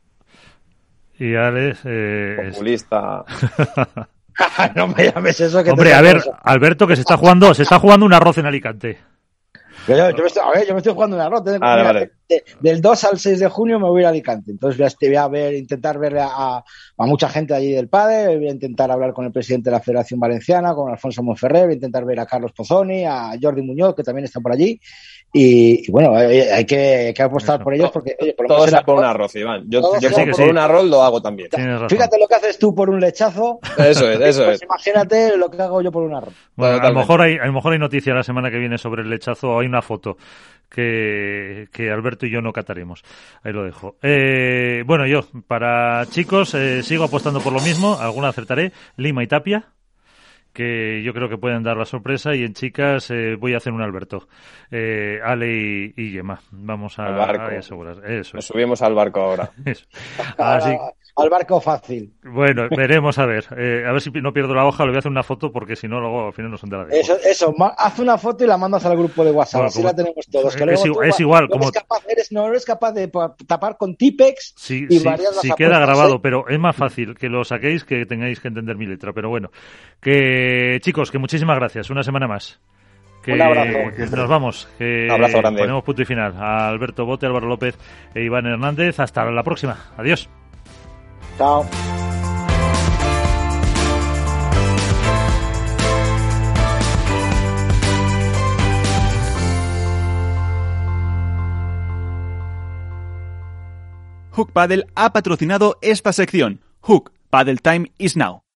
Y Alex eh, populista. Es... no me llames eso que hombre, a ver, cosa. Alberto, que se está jugando, se está jugando un arroz en Alicante. Yo, yo, me estoy, a ver, yo me estoy jugando un arroz. Vale, vale. de, del dos al seis de junio me voy a ir a Alicante. Entonces voy a, voy a ver, intentar ver a, a mucha gente allí del pádel, voy a intentar hablar con el presidente de la Federación Valenciana, con Alfonso Monferrer, voy a intentar ver a Carlos Pozzoni, a Jordi Muñoz, que también está por allí. Y, y bueno, hay, hay, que, hay que apostar Eso. por ellos porque, oye, por lo todo menos sea por un arroz, Iván. Yo, yo por sí. un arroz lo hago también. Fíjate lo que haces tú por un lechazo. Eso es, eso pues es. Imagínate lo que hago yo por un arroz. Bueno, a lo mejor hay, a lo mejor hay noticia la semana que viene sobre el lechazo, o hay una foto que, que Alberto y yo no cataremos. Ahí lo dejo. Eh, bueno, yo, para chicos, eh, sigo apostando por lo mismo, alguna acertaré, Lima y Tapia, que yo creo que pueden dar la sorpresa, y en chicas eh, voy a hacer un Alberto, eh, Ale y, y Gemma. Vamos a, al barco. a asegurar. Eso Nos es. subimos al barco ahora. Eso. Así, al barco fácil. Bueno, veremos a ver. Eh, a ver si no pierdo la hoja, le voy a hacer una foto porque si no, luego al final no son de la de Eso, eso, haz una foto y la mandas al grupo de WhatsApp. Bueno, así como, la tenemos todos. Que es, luego es tú, igual. No, como... eres capaz, eres, no eres capaz de tapar con Tipex sí, y sí, varias sí las queda apuestas, grabado, ¿eh? Pero es más fácil que lo saquéis que tengáis que entender mi letra. Pero bueno, que chicos, que muchísimas gracias. Una semana más. Que un abrazo. Nos vamos. Que un abrazo grande. Ponemos punto y final. A Alberto Bote, Álvaro López e Iván Hernández. Hasta la próxima. Adiós. Chao. Hook Paddle ha patrocinado esta sección. Hook Paddle Time is now.